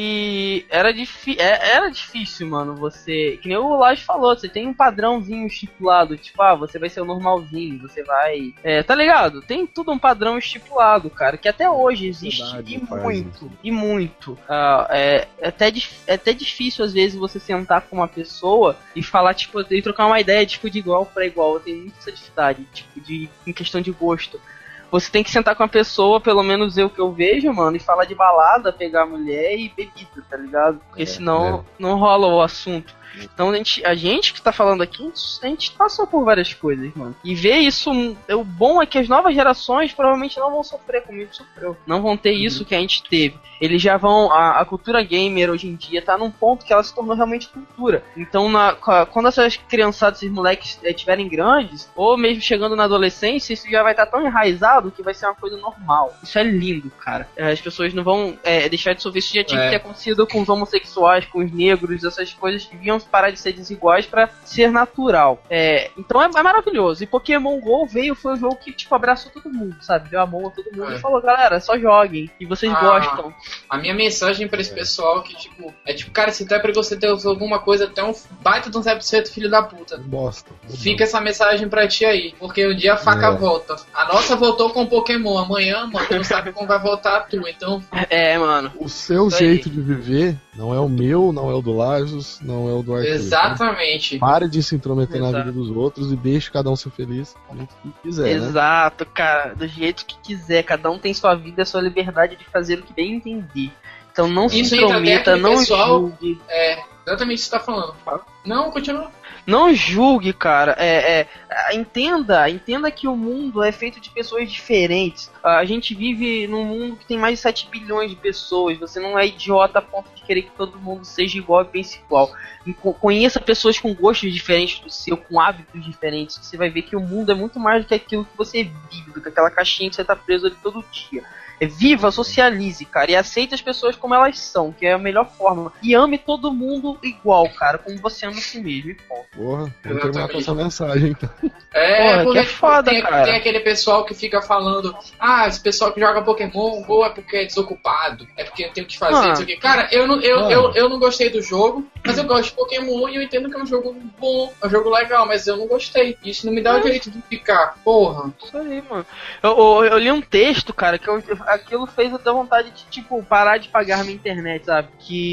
E era, difi- é, era difícil, mano, você, que nem o Lodge falou, você tem um padrãozinho estipulado, tipo, ah, você vai ser o normalzinho, você vai, é, tá ligado? Tem tudo um padrão estipulado, cara, que até hoje existe Verdade, e faz muito, isso. e muito. Uh, é, é, até, é até difícil, às vezes, você sentar com uma pessoa e falar, tipo, e trocar uma ideia, tipo, de igual pra igual. Eu tenho muita essa dificuldade, tipo, de, em questão de gosto. Você tem que sentar com a pessoa, pelo menos eu que eu vejo, mano, e falar de balada, pegar mulher e bebida, tá ligado? Porque é, senão é. não rola o assunto. Então a gente, a gente que tá falando aqui, a gente passou por várias coisas, mano. E ver isso, o bom é que as novas gerações provavelmente não vão sofrer como a gente sofreu. Não vão ter isso que a gente teve. Eles já vão, a, a cultura gamer hoje em dia tá num ponto que ela se tornou realmente cultura. Então na, quando essas criançadas, esses moleques estiverem é, grandes, ou mesmo chegando na adolescência, isso já vai estar tá tão enraizado que vai ser uma coisa normal. Isso é lindo, cara. As pessoas não vão é, deixar de sofrer. Isso já tinha é. que ter acontecido com os homossexuais, com os negros, essas coisas que vinham parar de ser desiguais pra ser natural. É, então é, é maravilhoso. E Pokémon GO veio, foi um jogo que, tipo, abraçou todo mundo, sabe? Deu a mão a todo mundo é. e falou, galera, só joguem. E vocês ah, gostam. A minha mensagem pra esse pessoal que, tipo, é tipo, cara, se tu é preconceituoso alguma coisa, até um baita de um zero por cento filho da puta. Bosta. Fica essa mensagem pra ti aí. Porque um dia a faca é. volta. A nossa voltou com Pokémon. Amanhã, mano, tu não sabe como vai voltar a tua. Então. É, mano. O seu jeito de viver não é o meu, não é o do Lajos, não é o do Arthur. Exatamente. Né? Pare de se intrometer Exato. na vida dos outros e deixe cada um ser feliz do jeito que quiser. Exato, né? cara. Do jeito que quiser. Cada um tem sua vida, sua liberdade de fazer o que bem entender. Então não Isso se intrometa, não pessoal, julgue. É, exatamente o que você tá falando. Não, continua. Não julgue, cara. É, é, entenda, entenda que o mundo é feito de pessoas diferentes. A gente vive num mundo que tem mais de sete bilhões de pessoas. Você não é idiota a ponto de querer que todo mundo seja igual e pense igual. Conheça pessoas com gostos diferentes do seu, com hábitos diferentes. Você vai ver que o mundo é muito mais do que aquilo que você vive, do que aquela caixinha que você tá preso ali todo dia. É, viva, socialize, cara, e aceite as pessoas como elas são, que é a melhor forma. E ame todo mundo igual, cara, como você ama a si mesmo. Porra, vamos terminar com essa mensagem, então. É, Porra, porque que é foda, tem, cara. tem aquele pessoal que fica falando, ah, esse pessoal que joga Pokémon Go é porque é desocupado, é porque não tem o que fazer, não sei o que. Cara, eu não, eu, eu, eu não gostei do jogo, mas eu gosto de Pokémon e eu entendo que é um jogo bom, é um jogo legal, mas eu não gostei. Isso não me dá é. o direito de ficar, porra. Isso aí, mano. Eu, eu, eu li um texto, cara, que eu, aquilo fez eu ter vontade de, tipo, parar de pagar minha internet, sabe?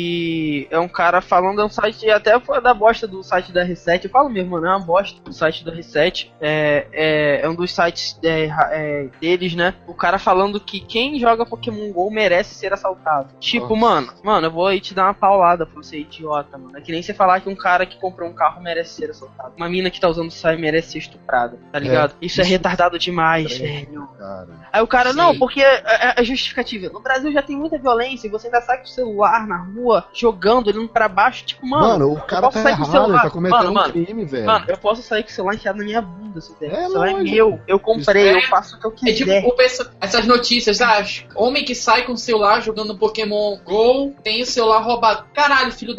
Que é um cara falando, é um site, até foi da bosta do site da Reset, eu falo mesmo, mano, é uma bosta do site da Reset, é, é, é um dos sites é, é, deles, né? O cara falando que quem joga Pokémon GO merece ser assaltado. Tipo, Nossa. mano, mano, eu vou aí te dar uma paulada pra você, idiota, mano. É que nem você falar que um cara que comprou um carro merece ser assaltado. Uma mina que tá usando saia merece ser estuprada, tá ligado? É, isso, isso é retardado demais, é, velho. Cara. Aí o cara, Sim. não, porque é, é justificativa. No Brasil já tem muita violência e você ainda sai com o celular na rua, jogando, olhando pra baixo, tipo, mano... Mano, o cara tá errado, ele tá cometendo mano, um crime, velho. Mano, eu posso sair com o celular enfiado na minha bunda, se der. É, o celular é meu, eu comprei, é, eu faço o que eu quiser. É tipo, penso, essas notícias, ah, homem que sai com o celular jogando Pokémon GO, tem o celular roubado. Caralho, filho da puta.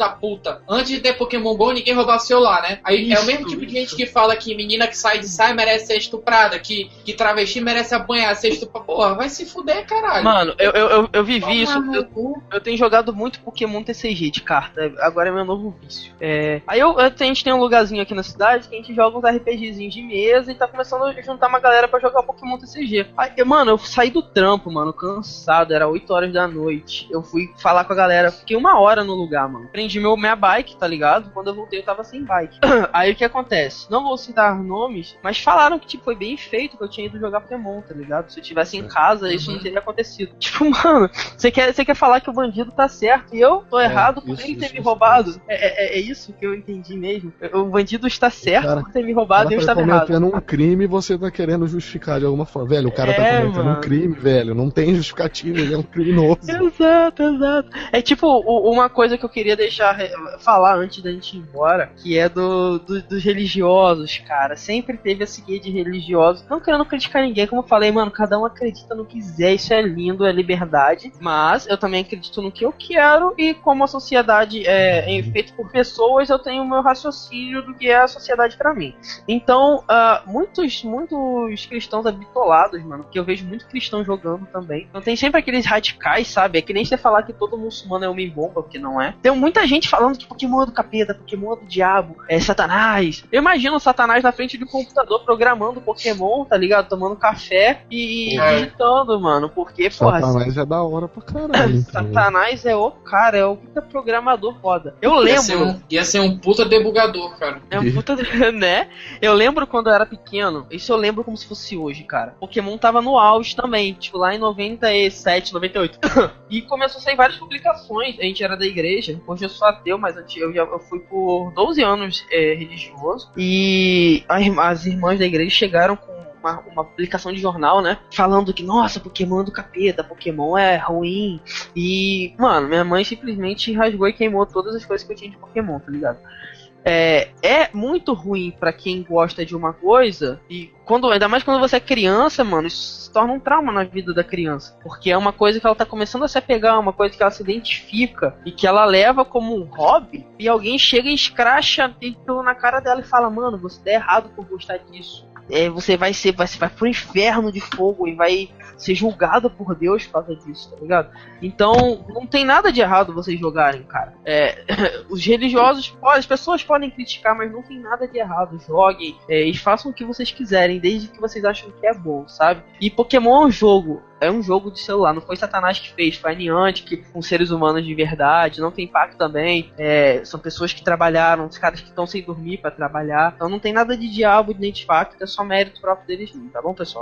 conta, antes de ter Pokémon GO, ninguém roubava o celular, né? Aí isso, é o mesmo tipo isso. de gente que fala que menina que sai de saia merece ser estuprada, que, que travesti merece apanhar, ser estuprada. Porra, vai se fuder, caralho. Mano, eu, eu, eu, eu vivi Toma isso. Eu, eu tenho jogado muito Pokémon T C G de carta. Agora é meu novo vício. É... Aí eu, eu, a gente tem um lugarzinho aqui na cidade que a gente joga uns RPGzinhos de mesa e tá começando a juntar uma galera pra jogar Pokémon T C G. Aí, mano, eu saí do trampo, mano, cansado. Era oito horas da noite. Eu fui falar com a galera. Fiquei uma hora no lugar, mano. Prendi meu, minha bike, tá ligado? Quando eu voltei eu tava sem bike. Aí o que acontece? Não vou citar nomes, mas falaram que tipo, foi bem feito que eu tinha ido jogar Pokémon, tá ligado? Se eu tivesse em casa, isso uhum. não teria acontecido. Tipo, mano, você quer, você quer falar que o bandido tá certo e eu tô é, errado por ele ter me roubado? Isso. É, é, é isso que eu entendi mesmo. O bandido está certo cara, por ter me roubado e eu estava errado. Ele tá cometendo um crime e você tá querendo justificar de alguma forma. Velho, o cara é, tá cometendo mano. um crime, velho. Não tem justificativa, ele é um criminoso. Exato, exato. É tipo uma coisa que eu queria deixar falar antes da gente ir embora, que é do, do, dos religiosos, cara. Sempre teve esse guia de religiosos. Não querendo criticar ninguém, como eu falei, mano, cada um acredita no que quiser, isso é lindo, é liberdade. Mas eu também acredito no que eu quero e como a sociedade é, é feita por pessoas, eu tenho o meu raciocínio do que é a sociedade pra mim. Então, uh, muitos, muitos cristãos habitolados, mano, que eu vejo muito cristão jogando também. Então tem sempre aqueles radicais, sabe? É que nem você falar que todo muçulmano é homem-bomba, porque não é. Tem muita gente falando que Pokémon é do capeta, Pokémon é do diabo, é Satanás. Eu imagino o Satanás na frente de um computador programando Pokémon, tá ligado? Tomando café e é. digitando, mano. Porque, porra... Satanás é da hora pra caralho. Então. Satanás é o cara, é o puta programador foda. Eu ia lembro... Ser um, ia ser um puta debugador, cara. É um puta... né? Eu lembro quando eu era pequeno, isso eu lembro como se fosse hoje, cara. Pokémon tava no auge também, tipo, lá em noventa e sete, noventa e oito. E começou a sair várias publicações. A gente era da igreja, hoje eu sou ateu, mas eu, já, eu fui por doze anos é, religioso. E as irmãs da igreja chegaram com Uma, uma publicação de jornal, né? Falando que, nossa, Pokémon é do capeta, Pokémon é ruim. E, mano, minha mãe simplesmente rasgou e queimou todas as coisas que eu tinha de Pokémon, tá ligado? É, é muito ruim pra quem gosta de uma coisa. E quando, ainda mais quando você é criança, mano, isso se torna um trauma na vida da criança. Porque é uma coisa que ela tá começando a se apegar, uma coisa que ela se identifica e que ela leva como um hobby. E alguém chega e escracha aquilo na cara dela e fala, mano, você tá errado por gostar disso. É, você vai ser, vai, vai pro inferno de fogo e vai ser julgado por Deus por causa disso, tá ligado? Então, não tem nada de errado vocês jogarem, cara. É, os religiosos, as pessoas podem criticar, mas não tem nada de errado. Joguem é, e façam o que vocês quiserem, desde que vocês acham que é bom, sabe? E Pokémon é um jogo. É um jogo de celular, não foi Satanás que fez, foi a Niantic, com seres humanos de verdade, não tem impacto também, é, são pessoas que trabalharam, os caras que estão sem dormir pra trabalhar, então não tem nada de diabo nem de impacto, é só mérito próprio deles, tá bom, pessoal?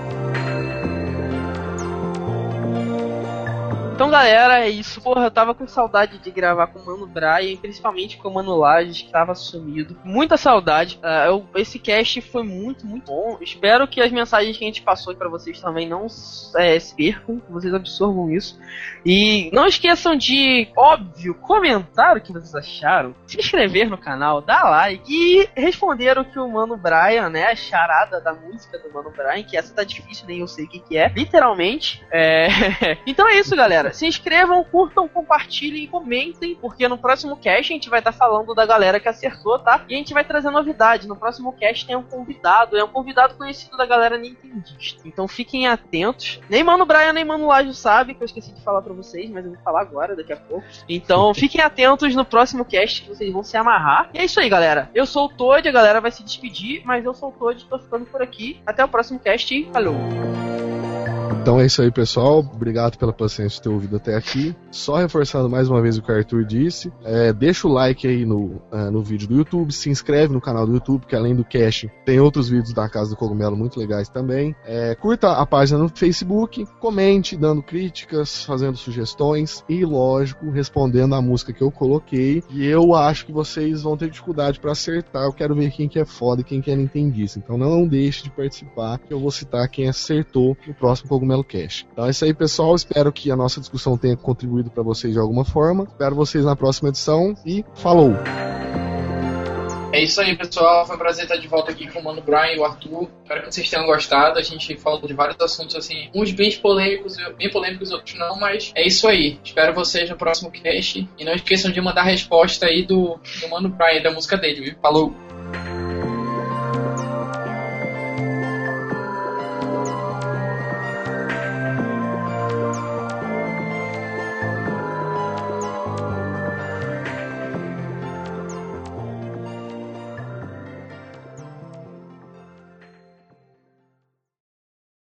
Então, galera, é isso. Porra, eu tava com saudade de gravar com o Mano Brian, principalmente com o Mano Lages, que tava sumido. Muita saudade. Uh, eu, esse cast foi muito, muito bom. Espero que as mensagens que a gente passou pra vocês também não é, se percam, que vocês absorvam isso. E não esqueçam de, óbvio, comentar o que vocês acharam, se inscrever no canal, dar like e responder o que o Mano Brian, né, a charada da música do Mano Brian, que essa tá difícil, nem eu sei o que que é, literalmente. É... então é isso, galera. Se inscrevam, curtam, compartilhem e comentem, porque no próximo cast a gente vai estar tá falando da galera que acertou, tá? E a gente vai trazer novidade. No próximo cast tem um convidado, é um convidado conhecido da galera nintendista. Então fiquem atentos. Nem Mano Brian, nem Mano Lajo sabe, que eu esqueci de falar pra vocês, mas eu vou falar agora, daqui a pouco. Então fiquem atentos no próximo cast, que vocês vão se amarrar. E é isso aí, galera. Eu sou o Toad, a galera vai se despedir, mas eu sou o Toad, tô ficando por aqui. Até o próximo cast e falou! Então é isso aí, pessoal. Obrigado pela paciência de ter ouvido até aqui. Só reforçando mais uma vez o que o Arthur disse, é, deixa o like aí no, uh, no vídeo do YouTube, se inscreve no canal do YouTube, que além do cast tem outros vídeos da Casa do Cogumelo muito legais também. É, curta a página no Facebook, comente, dando críticas, fazendo sugestões e, lógico, respondendo a música que eu coloquei. E eu acho que vocês vão ter dificuldade para acertar. Eu quero ver quem que é foda e quem que é nintendista. Então não deixe de participar, que eu vou citar quem acertou no próximo Cogumelo Cast. Então é isso aí, pessoal. Espero que a nossa discussão tenha contribuído para vocês de alguma forma. Espero vocês na próxima edição e falou! É isso aí, pessoal. Foi um prazer estar de volta aqui com o Mano Brian e o Arthur. Espero que vocês tenham gostado. A gente falou de vários assuntos, assim, uns bem polêmicos, bem polêmicos, outros não, mas é isso aí. Espero vocês no próximo cast. E não esqueçam de mandar a resposta aí do, do Mano Brian, da música dele, viu? Falou!